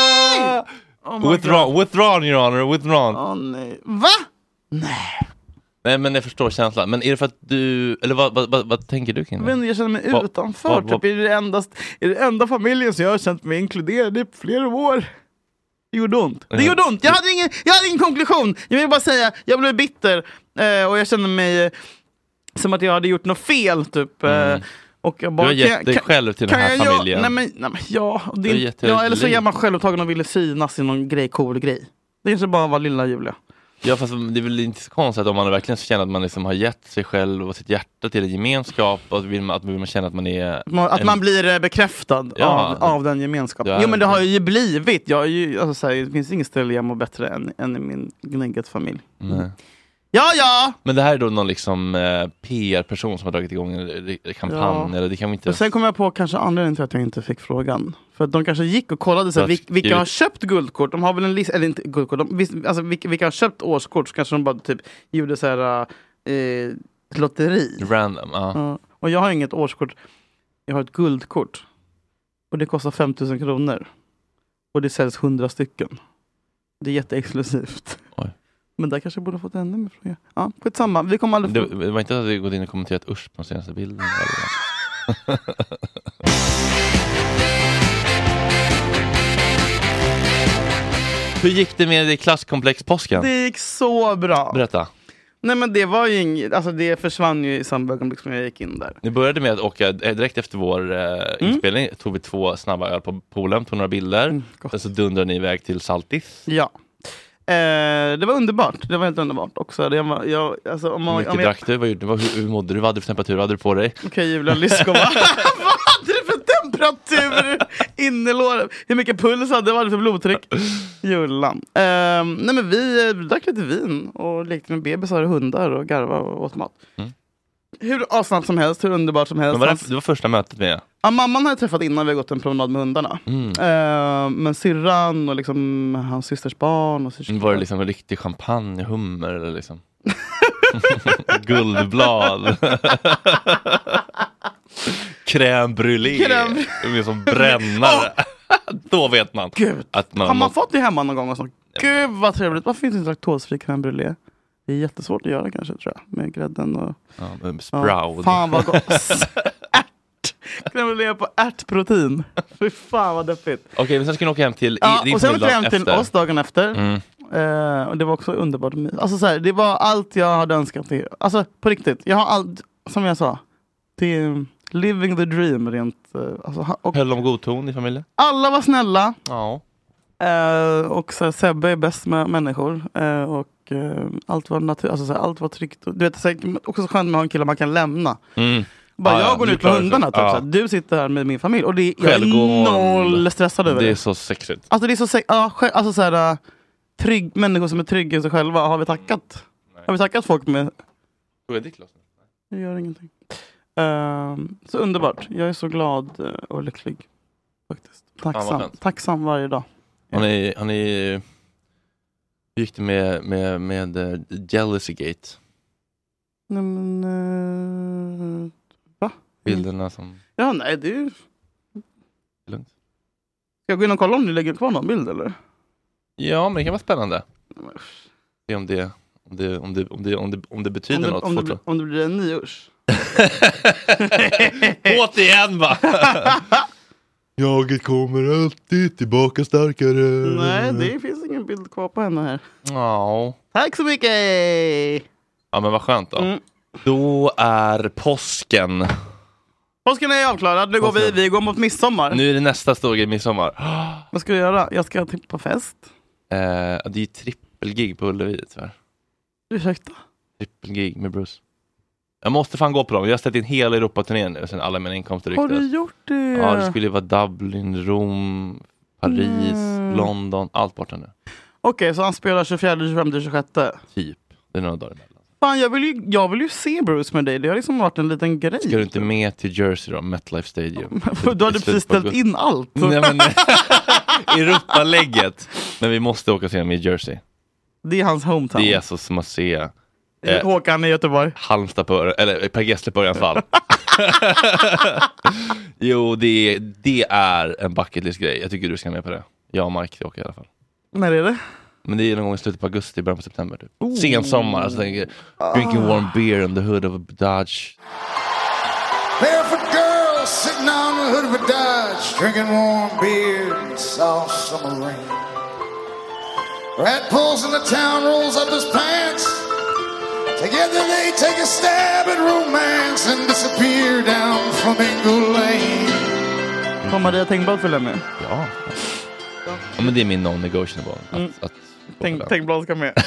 Withdrawn, your honor, withdrawn. Nej. Va? Nej, men jag förstår känslan. Men är det för att du... Eller vad tänker du kring det? Jag känner mig utanför. Typ, är det enda familjen som jag har känt mig inkluderad i flera år. Det gjorde ont. Det gjorde ont. Jag hade ingen konklusion. Jag vill bara säga, jag blev bitter. Och jag kände mig som att jag hade gjort något fel. Typ. Och jag bara, du har gett dig själv till den här familjen. Nej, men eller så är man självupptagen och ville synas i någon cool grej. Det kanske bara var lilla Julia. Ja, fast det är väl inte så konstigt om man verkligen känner att man liksom har gett sig själv och sitt hjärta till en gemenskap och vill man känna att man är... Att man blir bekräftad av den gemenskapen. Jo, men det har ju blivit. Det finns inget ställe jag mår bättre än i min gnägget familj. Ja! Men det här är då någon liksom PR-person som har dragit igång en kampanj. Eller det kan vi inte... Och sen kom jag på kanske anledningen till att jag inte fick frågan. För att de kanske gick och kollade så här, vilka har köpt guldkort. De har väl en lista, eller inte guldkort. Vilka har köpt årskort, så kanske de bara typ gjorde så här lotteri. Random, Och jag har inget årskort. Jag har ett guldkort. Och det kostar 5 000 kronor. Och det säljs 100 stycken. Det är jätteexklusivt. Oj. Men där kanske jag borde fått ännu mer frågor. Ja, skitsamma. Vi kommer aldrig det var inte att du gått in och kommenterat Usch på den senaste bilden. Hur gick det med det klasskomplex-påsken? Det gick så bra. Berätta. Nej men det var ju inget, alltså det försvann ju i samma ögonblick som jag gick in där. Ni började med att åka direkt efter vår inspelning. Tog vi 2 snabba öl på poolen, tog några bilder. Sen så dundrade ni iväg till Saltis. Ja. Det var underbart. Det var helt underbart också. Det var, alltså, Hur mycket drack du? Hur mådde du? Vad hade du för temperatur? Vad hade du på dig? Okej, Julian Lyskova. Vad hade du för temperatur? Innerlåret. Hur mycket puls hade du? Vad hade du för blodtryck? Julan. Nej men vi drack lite vin och lekte med bebisar och hundar och garva och åt mat. Hur avsnabbt som helst, hur underbart som helst. Men det var första mötet med? Ja, mamman hade träffat innan vi gått en promenad med hundarna. Men syrran och liksom hans systers barn och var det liksom en riktig champagnehummer eller liksom? Guldblad. Crème brûlée. Med som brännare. Då vet man. Gud. Att man har man fått det hemma någon gång och så? Gud vad trevligt. Varför finns det inte laktosfri crème brûlée? Det är jättesvårt att göra kanske, tror jag. Med grädden och... Ja, sprout. Fan vad gott. Crème brûlée på ärtprotein. Fy fan vad deppigt. Okej, men sen ska ni åka hem till och sen åkte vi hem till oss dagen efter. Och det var också underbart. Alltså så här, det var allt jag hade önskat. Alltså på riktigt. Jag har allt, som jag sa. Det är living the dream rent. Alltså, höll de god ton i familjen? Alla var snälla. Ja. Och så här, Sebbe är bäst med människor. Och allt var alltså, så här, allt var tryggt. Du vet, så här, också så skönt med att ha en kille man kan lämna. Jag går ut med hundarna typ, så du sitter här med min familj och jag är noll stressad över det. Det är så sexigt. Alltså det är så alltså så här, trygg, människor som är trygga i sig själva. Har vi tackat? Nej. Har vi tackat folk med? Hur är ditt loss? Det gör ingenting. Så underbart. Jag är så glad och lycklig. Faktiskt. Tacksam varje dag. Har ni hur gick det med Jealousy Gate? Nej men va? Bilderna som... Ja, nej, det är ju... Lugnt. Ska jag gå in och kolla om ni lägger kvar någon bild, eller? Ja, men det kan vara spännande. Se om det betyder något. Om det blir en nyårs. Återigen, va? Jaget kommer alltid tillbaka starkare. Nej, det finns ingen bild kvar på henne här. Ja. Tack så mycket! Ja, men vad skönt då. Då är påsken. Påsken är avklarad. Nu går vi går mot midsommar. Nu är det nästa stora grej, midsommar. Vad ska du göra? Jag ska på fest. Det är trippelgig på Ullevi, tyvärr. Ursäkta? Trippelgig med Bruce. Jag måste fan gå på dem. Jag har ställt in hela Europa-turnén nu sen alla mina inkomster ryktas. Har du gjort det? Ja, det skulle ju vara Dublin, Rom, Paris, London. Allt borta nu. Okej, så han spelar 24, 25, 26? Typ. Det är några dagar emellan. Fan, jag vill ju se Bruce med dig. Det har liksom varit en liten grej. Ska du inte med till Jersey då? MetLife Stadium. Du hade precis ställt in allt. Nej, men Europa-lägget. Men vi måste åka och se honom i Jersey. Det är hans hometown. Det är så som att se... Håkan i Göteborg. Halmstad på, eller Per Gessle på Örjans fall. Jo, det är en bucket list grej. Jag tycker du ska med på det. Jag och Mike åker i alla fall. När är det? Men det är någon gång i slutet på augusti, början på september typ. Sen sommar, alltså drinking warm beer on the hood of a Dodge. Barefoot girl sitting on the hood of a Dodge, drinking warm beer in soft summer rain. Rat pulls in the town, rolls up his pants. Together they take a stab at romance and disappear down Flamingo Lane. Kommer Maria Tengblad följa med? Ja. Ja, men det är min non-negotiable. Tengblad ska med.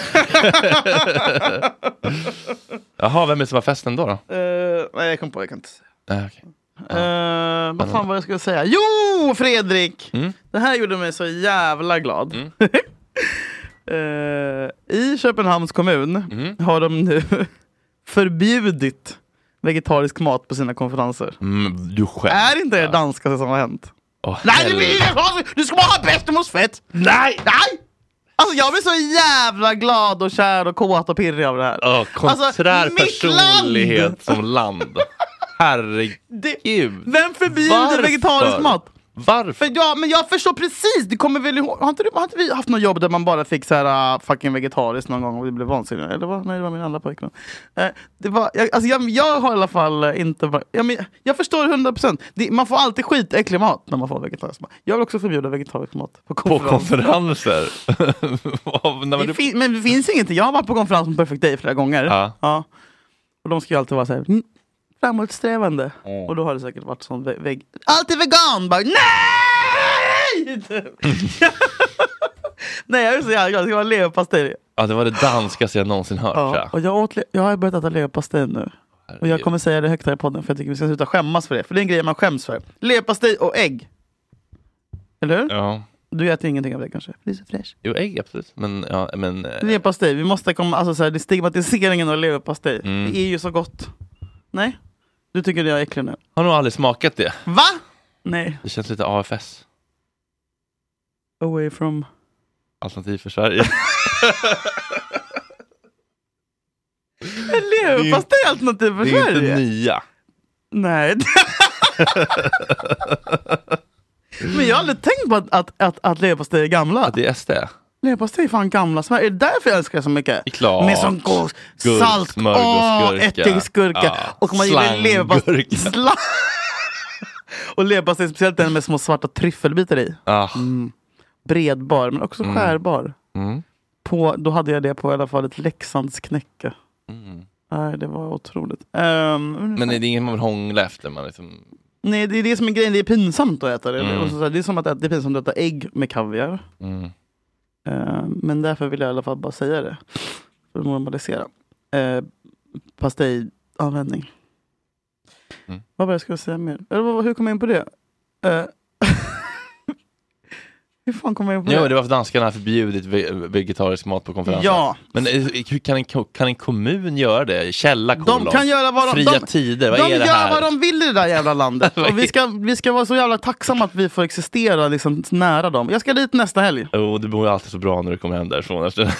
Jaha, vem är det som var festen då? Nej, jag kan inte säga. Okay. Vad fan var jag skulle säga? Jo, Fredrik! Det här gjorde mig så jävla glad. I Köpenhamns kommun har de nu förbjudit vegetarisk mat på sina konferenser. Du själv. Är inte det danska som har hänt? Nej, du ska bara ha bästemorsfett. Nej! Alltså jag blir så jävla glad och kär och kåt och pirrig av det här. Konträr personlighet som land. Herregud. Vem förbjuder vegetarisk mat? Varför? Ja, men jag förstår precis. Du kommer väl ihåg, har inte vi haft något jobb där man bara fick så här fucking vegetariskt någon gång och vi blev vansinniga? Eller vad? Nej, det var min andra pojkvän. Jag har i alla fall inte... Jag förstår 100%. Man får alltid skitäcklig mat när man får vegetarisk mat. Jag vill också förbjuda vegetarisk mat på konferenser. Men det finns ingenting. Jag har varit på konferens med Perfect Day flera gånger. Ja. Och de ska ju alltid vara så här... framåtsträvande. Och då har det säkert varit sån alltid vegan! Bara, nej! Nej, jag är så jävla glad. Det ska vara leverpastej. Ja, det var det danskaste jag någonsin hört. Och jag har börjat äta leverpastej nu. Och jag kommer säga det högt här i podden, för jag tycker vi ska sluta skämmas för det. För det är en grej man skäms för. Leverpastej och ägg. Eller hur? Ja. Du äter ingenting av det kanske? Det är så fräsch. Jo, ägg absolut. Men leverpastej, vi måste komma... Alltså så här, det är stigmatiseringen av leverpastej. Det är ju så gott. Nej? Du tycker det är äckligt nu? Har nog aldrig smakat det. Va? Nej. Det känns lite AFS. Away from... Alternativ för Sverige. Leverpastej är alternativ för Sverige? Det är inte nya. Nej. Men jag har aldrig tänkt på att leverpastej är gamla. Ja, det är SD. Leverpastej är fan gamla Sverige. Är det därför jag älskar det så mycket? Klart. Med sån god salt, ättiksgurka. Ja. Och man gillar leverpastej. Och leverpastej, speciellt den med små svarta tryffelbitar i. Bredbar, men också skärbar. Då hade jag det på i alla fall ett Leksandsknäcke. Nej, det var otroligt. Men är det ingen man vill hångla efter? Man liksom... Nej, det är det som är grejen. Det är pinsamt att äta det. Och så, det är som att det är pinsamt att äta ägg med kaviar. Men därför vill jag i alla fall bara säga det. För att normalisera. Pastejanvändning. Vad var jag skulle säga mer? Eller hur kom jag in på det? Hur fan kommer jag in på det? Jo, det var för danskarna har förbjudit vegetarisk mat på konferensen. Ja. Men kan en kommun göra det? Källa de kan göra vad fria tider, vad är det här? De gör vad de vill i det där jävla landet. Och vi ska vara så jävla tacksamma att vi får existera liksom nära dem. Jag ska dit nästa helg. Du bor ju alltid så bra när du kommer hem därifrån.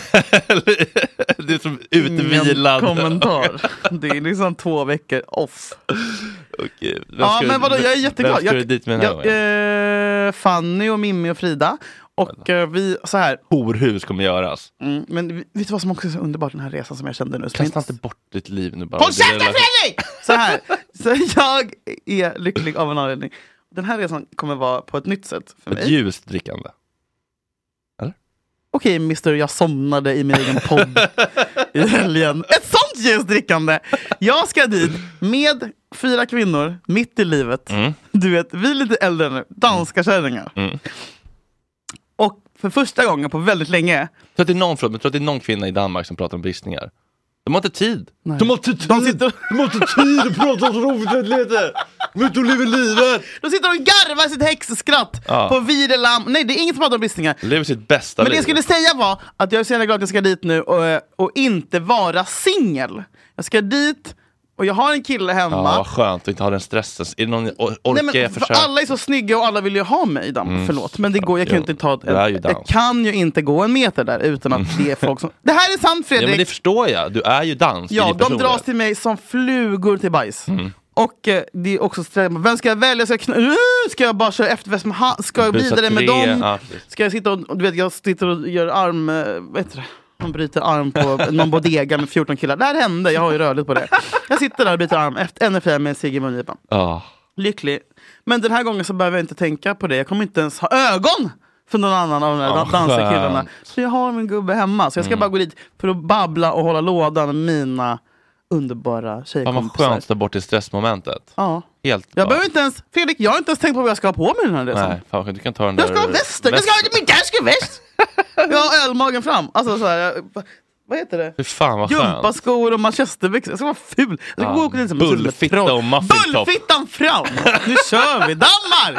Det är som utvilad. Ingen kommentar. Det är liksom 2 veckor off. Okej. Men vadå, jag är jätteglad. Vem ska du dit med den här Fanny och Mimmi och Frida. Och vi, så här. Horhus kommer göras. Men vet du vad som också är så underbart, den här resan som jag kände nu? Kasta inte bort ditt liv nu bara. Håll käften, Fredrik! Så här. Så jag är lycklig av en anledning. Den här resan kommer vara på ett nytt sätt för mig. Ett ljust drickande. Eller? Okej, mister, jag somnade i min egen podd i helgen. Ett sånt ljust drickande! Jag ska dit med 4 kvinnor mitt i livet. Du vet, vi är lite äldre nu. Danska kärringar. Och för första gången på väldigt länge. Jag tror att det är någon kvinna i Danmark som pratar om bristningar. De har inte tid. Nej. De har inte tid att prata om roligheter. De är ute och lever livet. De sitter och garvar sitt häxskratt på Videlam. Nej, det är inget som pratar om bristningar. Lever sitt bästa liv. Men det jag skulle säga var att jag är så jävla glad att jag ska dit nu och inte vara singel. Jag ska dit och jag har en kille hemma. Ja, vad skönt att inte ha den stressen. Är det någon jag försöka? Alla är så snygga och alla vill ju ha mig. Förlåt, men det går, jag kan inte ta jag kan ju inte gå en meter där utan att det är folk som... Det här är sant, Fredrik. Ja, men det förstår jag. Du är ju dans. Ja, de dras till mig som flugor till bajs. Och det är också vem ska jag välja? Ska jag bara köra efterfest med ska jag vidare med dem? Ja, ska jag sitta och du vet, jag sitter och gör arm, vet du, man bryter arm på någon bodega med 14 killar. Det här hände, jag har ju rörligt på det. Jag sitter där och bryter arm efter en efter med en cigg i mungipan. Lycklig. Men den här gången så behöver jag inte tänka på det. Jag kommer inte ens ha ögon för någon annan av de här dansarkillarna. Så jag har min gubbe hemma. Så jag ska bara gå dit för att babbla och hålla lådan med mina underbara tjejkompisar. Vad skönt att ta bort det stressmomentet. Ja. Helt jag behöver inte ens, Fredrik, jag har inte ens tänkt på vad jag ska ha på mig den här resan. Nej, fan, du kan ta den där. Jag ska ha västen. Jag ska ha min väst. Jag har ölmagen fram. Alltså så här, vad heter det? Fy fan vad skönt. Gympaskor och manchesterbyxor. Jag ska vara ful. Jag ska gå och liksom bullfitta och muffintopp. Bullfittan fram. Nu kör vi Danmark.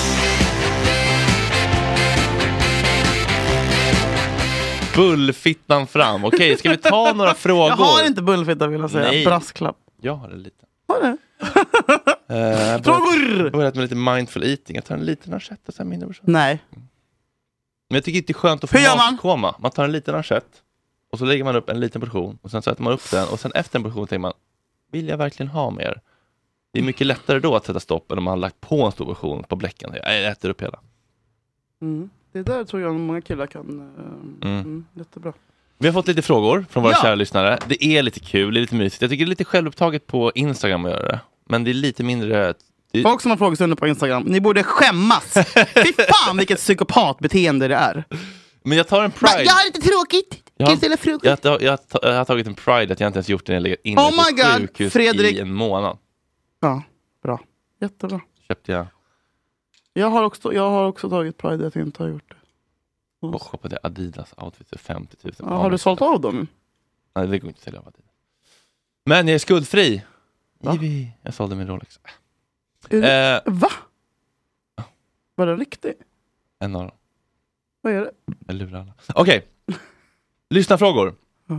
Bullfittan fram. Okej, ska vi ta några frågor? Jag har inte bullfitta, vill jag säga. Nej. Brasklapp. Jag har det lite. Har det? Frågor! Jag börjat med lite mindful eating. Jag tar en liten assiett och sen mindre portion. Nej. Men jag tycker det är skönt att få matkoma. Man tar en liten assiett och så lägger man upp en liten portion och sen så äter man upp den och sen efter en portion tänker man, vill jag verkligen ha mer? Det är mycket lättare då att sätta stopp än om man har lagt på en stor version på bläcken. Jag äter upp hela. Det där tror jag många killar kan. Jättebra. Vi har fått lite frågor från våra kära lyssnare. Det är lite kul, det är lite mysigt. Jag tycker det är lite självupptaget på Instagram att göra det. Men det är lite mindre... Folk som har frågestunder på Instagram, ni borde skämmas. Fy fan vilket psykopatbeteende det är. Men jag tar en pride. Jag har lite tråkigt. Jag har tagit en pride att jag inte ens gjort det när jag ligger inne på sjukhus Fredrik. I en månad. Ja, bra. Jättebra. Köpte jag. Jag har också tagit pride att jag inte har gjort det. Och shoppade Adidas outfit för 50 000. Ja, har du sålt av dem? Nej, det går inte att sälja av Adidas. Men jag är skuldfri. Jag sålde min Rolex. Va? Var det riktigt? En av dem. Vad är det? Jag lurar alla. Okej. Lyssna frågor.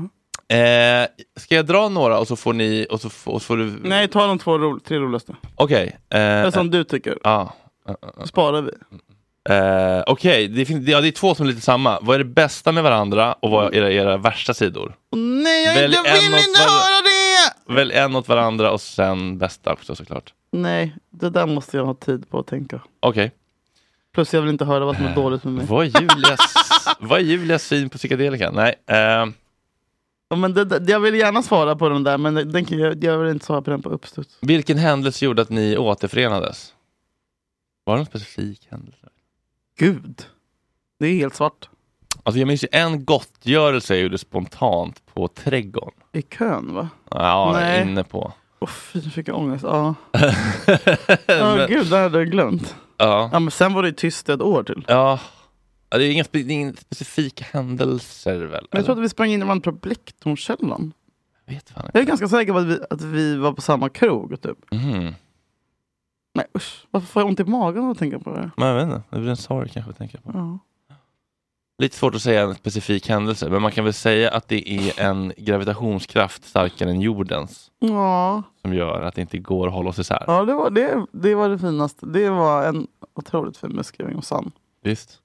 Ska jag dra några och så får ni och så får du... Nej, ta de tre roligaste. Okej. Det som du tycker. Ja. Sparar vi. Okej, det är två som är lite samma. Vad är det bästa med varandra och vad är era värsta sidor? Nej, jag vill inte höra det! Välj en åt varandra och sen bästa också såklart. Nej, det där måste jag ha tid på att tänka. Okej. Plus jag vill inte höra vad som är dåligt med mig. Vad är Julias syn på psykedelika? Nej. Men jag vill gärna svara på den där, men jag vill inte svara på den på uppstuds. Vilken händelse gjorde att ni återförenades? Var det en specifik händelse? Gud. Det är helt svart. Alltså jag minns ju en gottgörelse jag gjorde spontant på trädgården. I kön, va? Ja, nej. Inne på. Fy, fick jag ångest. Ja. Gud, det hade jag glömt. Ja, men sen var det tyst ett år till. Ja. Det är ingen specifika händelser väl? Men jag tror att vi sprang in i varandra på Blecktornskällan. Jag är ganska säker på att vi var på samma krog, typ. Nej, usch. Varför får jag ont i magen att tänka på det? Men jag vet inte. Det blir en sorg kanske att tänka på. Ja. Lite svårt att säga en specifik händelse. Men man kan väl säga att det är en gravitationskraft starkare än jordens. Ja. Som gör att det inte går att hålla oss isär. Ja, det var det finaste. Det var en otroligt fin beskrivning och sann. Visst.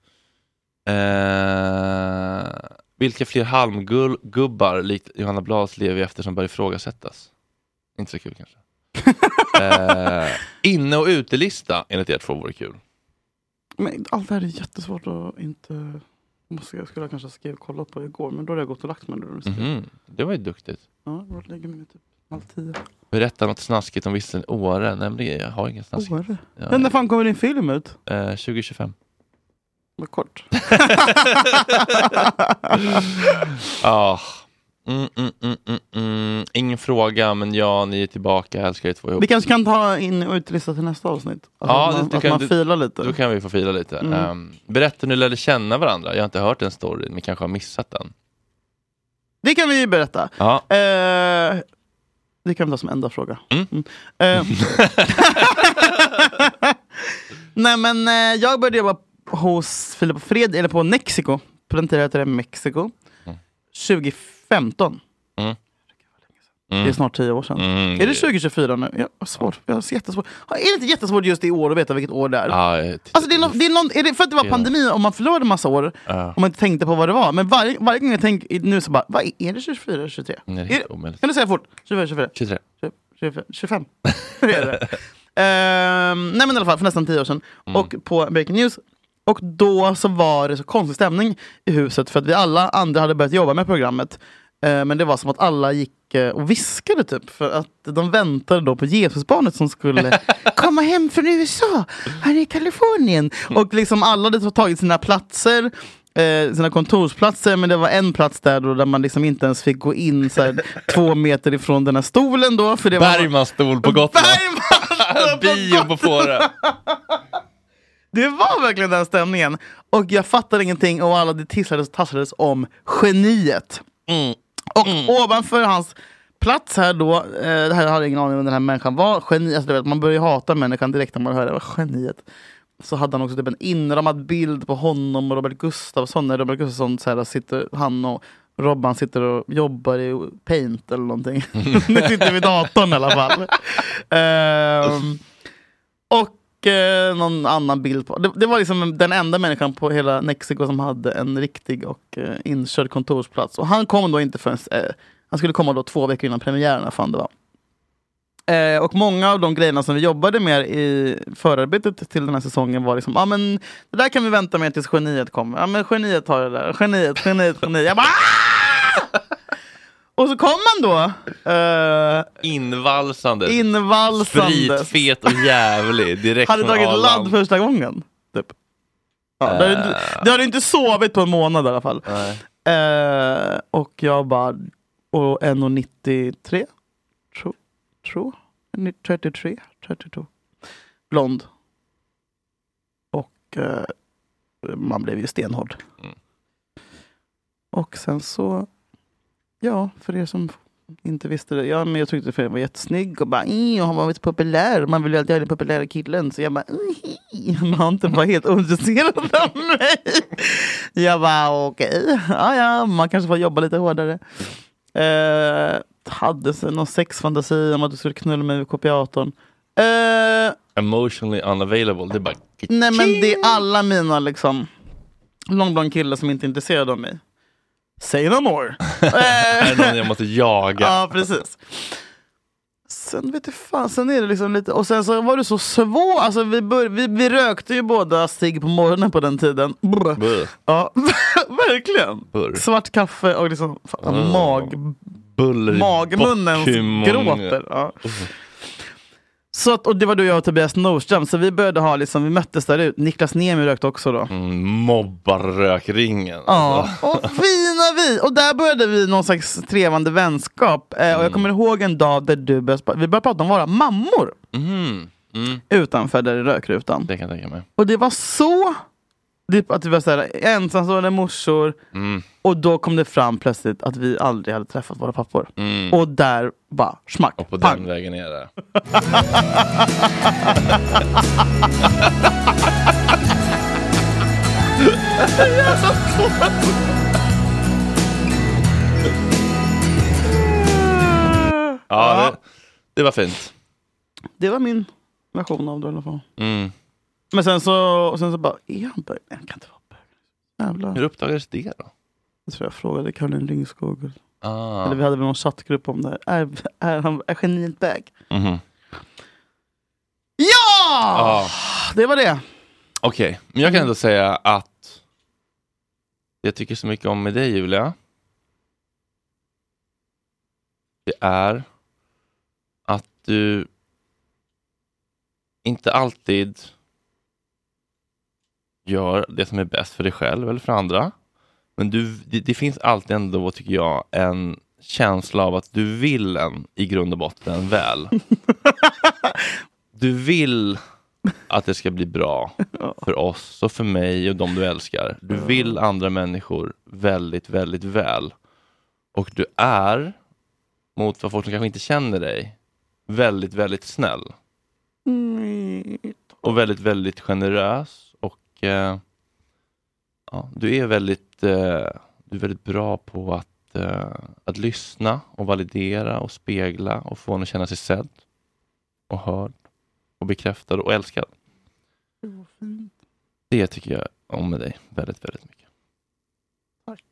Vilka fler halmgubbar likt Johanna Blads lever vi efter som bör ifrågasättas? Inte så kul kanske. Inne- och utelista enligt ert vore kul. Men allt det här är jättesvårt att inte... Jag skulle kanske kolla på igår, men då hade jag gått och lagt mig. Det var ju duktigt. Ja, jag lägger mig typ 9:30. Berätta något snaskigt om Visseln Åre. Nej, jag har ingen snaskigt. Åre? Ja, när fan kommer din film ut? 2025. Vad kort. Ingen fråga, men ja, ni är tillbaka. Jag älskar er två ihop. Vi kanske kan ta in och utlista till nästa avsnitt. Alltså att man filar lite. Då kan vi få fila lite. Berätta nu lärde känna varandra. Jag har inte hört den storyn, men kanske har missat den. Det kan vi ju berätta. Ja. Det kan vi ta som enda fråga. Nej, men jag började jobba hos Filip och Fred, eller på Mexico. På den tiden hette det Mexico. 2015. Det är snart 10 år sedan. Är det 2024 nu? Jag har jättesvårt. Är det inte jättesvårt just i år att veta vilket år det är? Alltså är det för att det var pandemi och man förlorade massa år och man inte tänkte på vad det var. Men varje gång jag tänker nu så bara, vad är det 24 eller 23? Kan du säga fort? 24, 23. 25. Det är det. Nej, men i alla fall för nästan 10 år sedan. Och på Breaking News. Och då så var det så konstig stämning i huset för att vi alla andra hade börjat jobba med programmet. Men det var som att alla gick och viskade typ. För att de väntade då på Jesusbarnet som skulle komma hem från USA. Här i Kalifornien. Och liksom alla hade tagit sina platser. Sina kontorsplatser. Men det var en plats där man liksom inte ens fick gå in så här, 2 meter ifrån den här stolen då. För det Bergmans stol på Gotland. Bio på Fårö. Det var verkligen den stämningen. Och jag fattade ingenting. Och alla det tasslades om geniet. Och ovanför hans plats här då, det här hade ingen aning om den här människan var geni, alltså, man börjar ju människan direkt när man hör det var geniet. Så hade han också typ en inramad bild på honom och Robert Gustafsson. När Robert Gustafsson så här, sitter, han och Robban sitter och jobbar i Paint eller någonting. Nu sitter vid datorn i alla fall. Och någon annan bild på. Det var liksom den enda människan på hela Mexico som hade en riktig och inkörd kontorsplats. Och han kom då inte förrän han skulle komma då 2 veckor innan premiären, fan det var. Och många av de grejerna som vi jobbade med i förarbetet till den här säsongen var liksom, men det där kan vi vänta med tills geniet kommer. Men geniet har det där. Geniet. Jag bara, och så kom man då. Invalsandes. Spritfet och jävlig. Direkt hade dragit ladd första gången. Typ. Ja, det hade inte sovit på en månad i alla fall. Och jag bara, och 1,93 tror 32 blond. Och man blev ju stenhård. Och sen så, ja, för er som inte visste det, men jag tyckte jag var jättesnygg och bara, han var lite populär, man ville alltid ha den populära killen, så jag bara, han var helt ointresserad av mig. Jag bara, okej. Ja, man kanske får jobba lite hårdare. Hade sig någon sexfantasi om att du skulle knulla mig vid kopiatorn. Emotionally unavailable. Det är bara... Nej, men det är alla mina liksom långblond killar som inte är intresserade av mig. Say no more. Är det någon jag måste jaga? Ja, precis. Sen vet jag fan, sen är det liksom lite, och sen så var det så svårt, alltså vi rökte ju båda cigg på morgonen på den tiden. Brr. Ja, verkligen. Brr. Svart kaffe och liksom magmunnen gråter. Ja. Så att, och det var du, jag och Tobias Nordström, så vi började ha liksom, vi möttes där ut. Niklas Niemi rökte också då. Mobbarrökringen. Ja, och fina vi. Och där började vi någon slags trevande vänskap. Och jag kommer ihåg en dag där vi började prata om våra mammor. Utanför där i rökrutan. Det kan jag tänka mig. Och det var så... att vi var såhär, ensamstående morsor. Och då kom det fram plötsligt att vi aldrig hade träffat våra pappor. Och där bara smack. Och på den vägen är det. Ja, det var fint. Det var min version av det i alla fall. Men sen så bara, är han bög? Nej, han kan inte vara bög. Jävlar. Hur uppdagades det då? Jag tror jag frågade Caroline Ringskog. Eller vi hade väl någon chattgrupp om det. Är geniet bög? Ja! Det var det. Okej, men jag kan ändå säga att jag tycker så mycket om med dig, Julia. Det är att du inte alltid gör det som är bäst för dig själv eller för andra. Men det finns alltid ändå, tycker jag, en känsla av att du vill i grund och botten väl. Du vill att det ska bli bra för oss och för mig och de du älskar. Du vill andra människor väldigt, väldigt väl. Och du är, mot vad folk som kanske inte känner dig, väldigt, väldigt snäll. Och väldigt, väldigt generös. Och du är väldigt bra på att lyssna och validera och spegla och få en att känna sig sedd och hörd och bekräftad och älskad. Det tycker jag om med dig väldigt, väldigt mycket. Tack.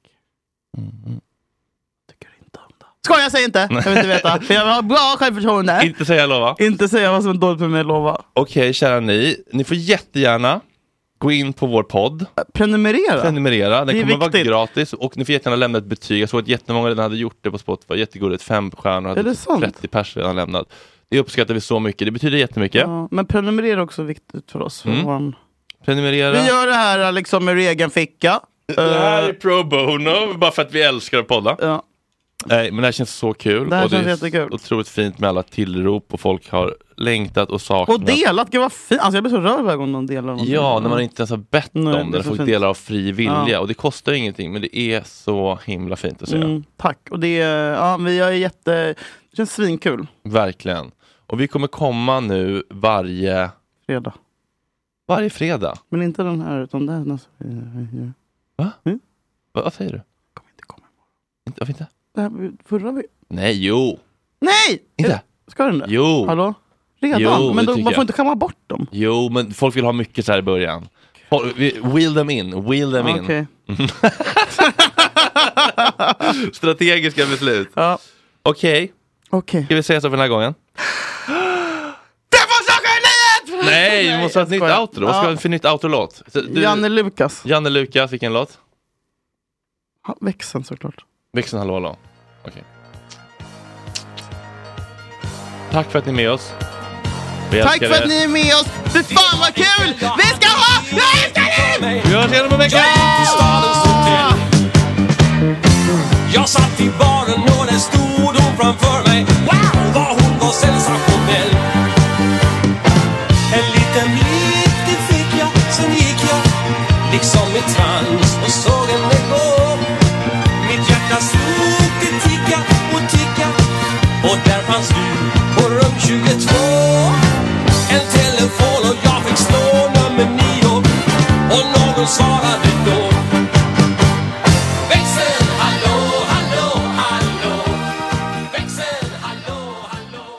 Tycker inte om det. Ska jag säga inte? Jag vill inte veta. För jag har bra självförtroende. Inte säga lova. Inte säga vad som är dåligt med mig, lova. Okej, kära ni får jättegärna gå in på vår podd. Prenumerera. Den kommer vara gratis. Och ni får jättegärna lämna ett betyg. Jag såg att jättemånga redan hade gjort det på Spotify. Jättegulligt, 5 stjärnor. Är det sant? 30 pers redan lämnat. Det uppskattar vi så mycket. Det betyder jättemycket. Ja, men prenumerera är också viktigt för oss. Prenumerera. Vi gör det här liksom med egen ficka. Det här är pro bono. Bara för att vi älskar att podda. Ja. Nej, men det här känns så kul. Det här känns jättekul. Otroligt fint med alla tillrop. Och folk har längtat och saknat. Och delat, gud vad fint. Alltså jag blir så rörd varje gång någon delar någonting. Ja, när man inte ens har bett om det. När folk delar av fri vilja. Ja. Och det kostar ingenting. Men det är så himla fint att se. Tack. Och det är, vi är det känns svinkul. Verkligen. Och vi kommer komma nu varje fredag. Men inte den här, utan den här. Va? Vad säger du? Kommer inte komma imorgon. Varför inte? Det här, förra Nej, jo. Nej! Inte? Ska den det? Jo. Hallå? Redan? Jo, men man får inte kamma bort dem. Jo, men folk vill ha mycket så här i början. Wheel them in. Okay. Strategiska beslut. Ja. Okej. Okej. Ska vi säga så för den här gången? Nej, vi måste ha ett nytt outro. Vad ska vi ha för nytt outro-låt? Janne Lukas, vilken låt? Växeln såklart. Växeln, hallå. Okej. Tack för att ni är med oss. Tack för att ni är med oss. Fy fan vad kul! Vi ska ha... Jag älskar dig! Vi hörs igen om en vecka! Jag satt i baren och där stod hon framför mig. Wow, vad hon var sensationell. En liten blick det fick jag, sen gick jag liksom i trans och såg henne gå. Mitt hjärta slog, det ticka och ticka. Och där fanns du på rum 22. En telefon och jag fick slå nummer 9. Och någon svarade då. Växeln, hallå, hallå, hallå. Växeln, hallå, hallå.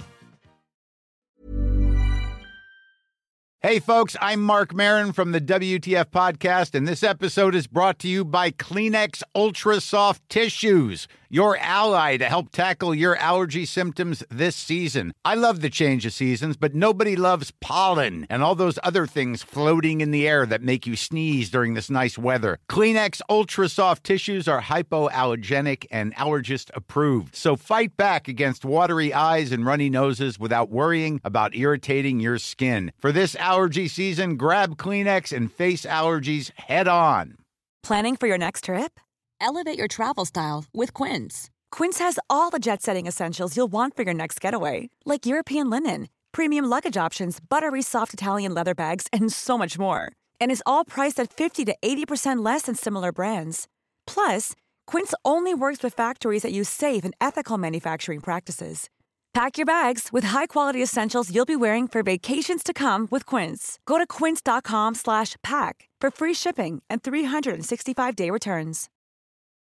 Hey folks, I'm Mark Maron from the WTF podcast, and this episode is brought to you by Kleenex Ultra Soft Tissues, your ally to help tackle your allergy symptoms this season. I love the change of seasons, but nobody loves pollen and all those other things floating in the air that make you sneeze during this nice weather. Kleenex Ultra Soft Tissues are hypoallergenic and allergist approved, so fight back against watery eyes and runny noses without worrying about irritating your skin. For this allergy season, grab Kleenex and face allergies head on. Planning for your next trip? Elevate your travel style with Quince. Quince has all the jet-setting essentials you'll want for your next getaway, like European linen, premium luggage options, buttery soft Italian leather bags, and so much more. And is all priced at 50 to 80% less than similar brands. Plus, Quince only works with factories that use safe and ethical manufacturing practices. Pack your bags with high-quality essentials you'll be wearing for vacations to come with Quince. Go to quince.com/pack for free shipping and 365-day returns.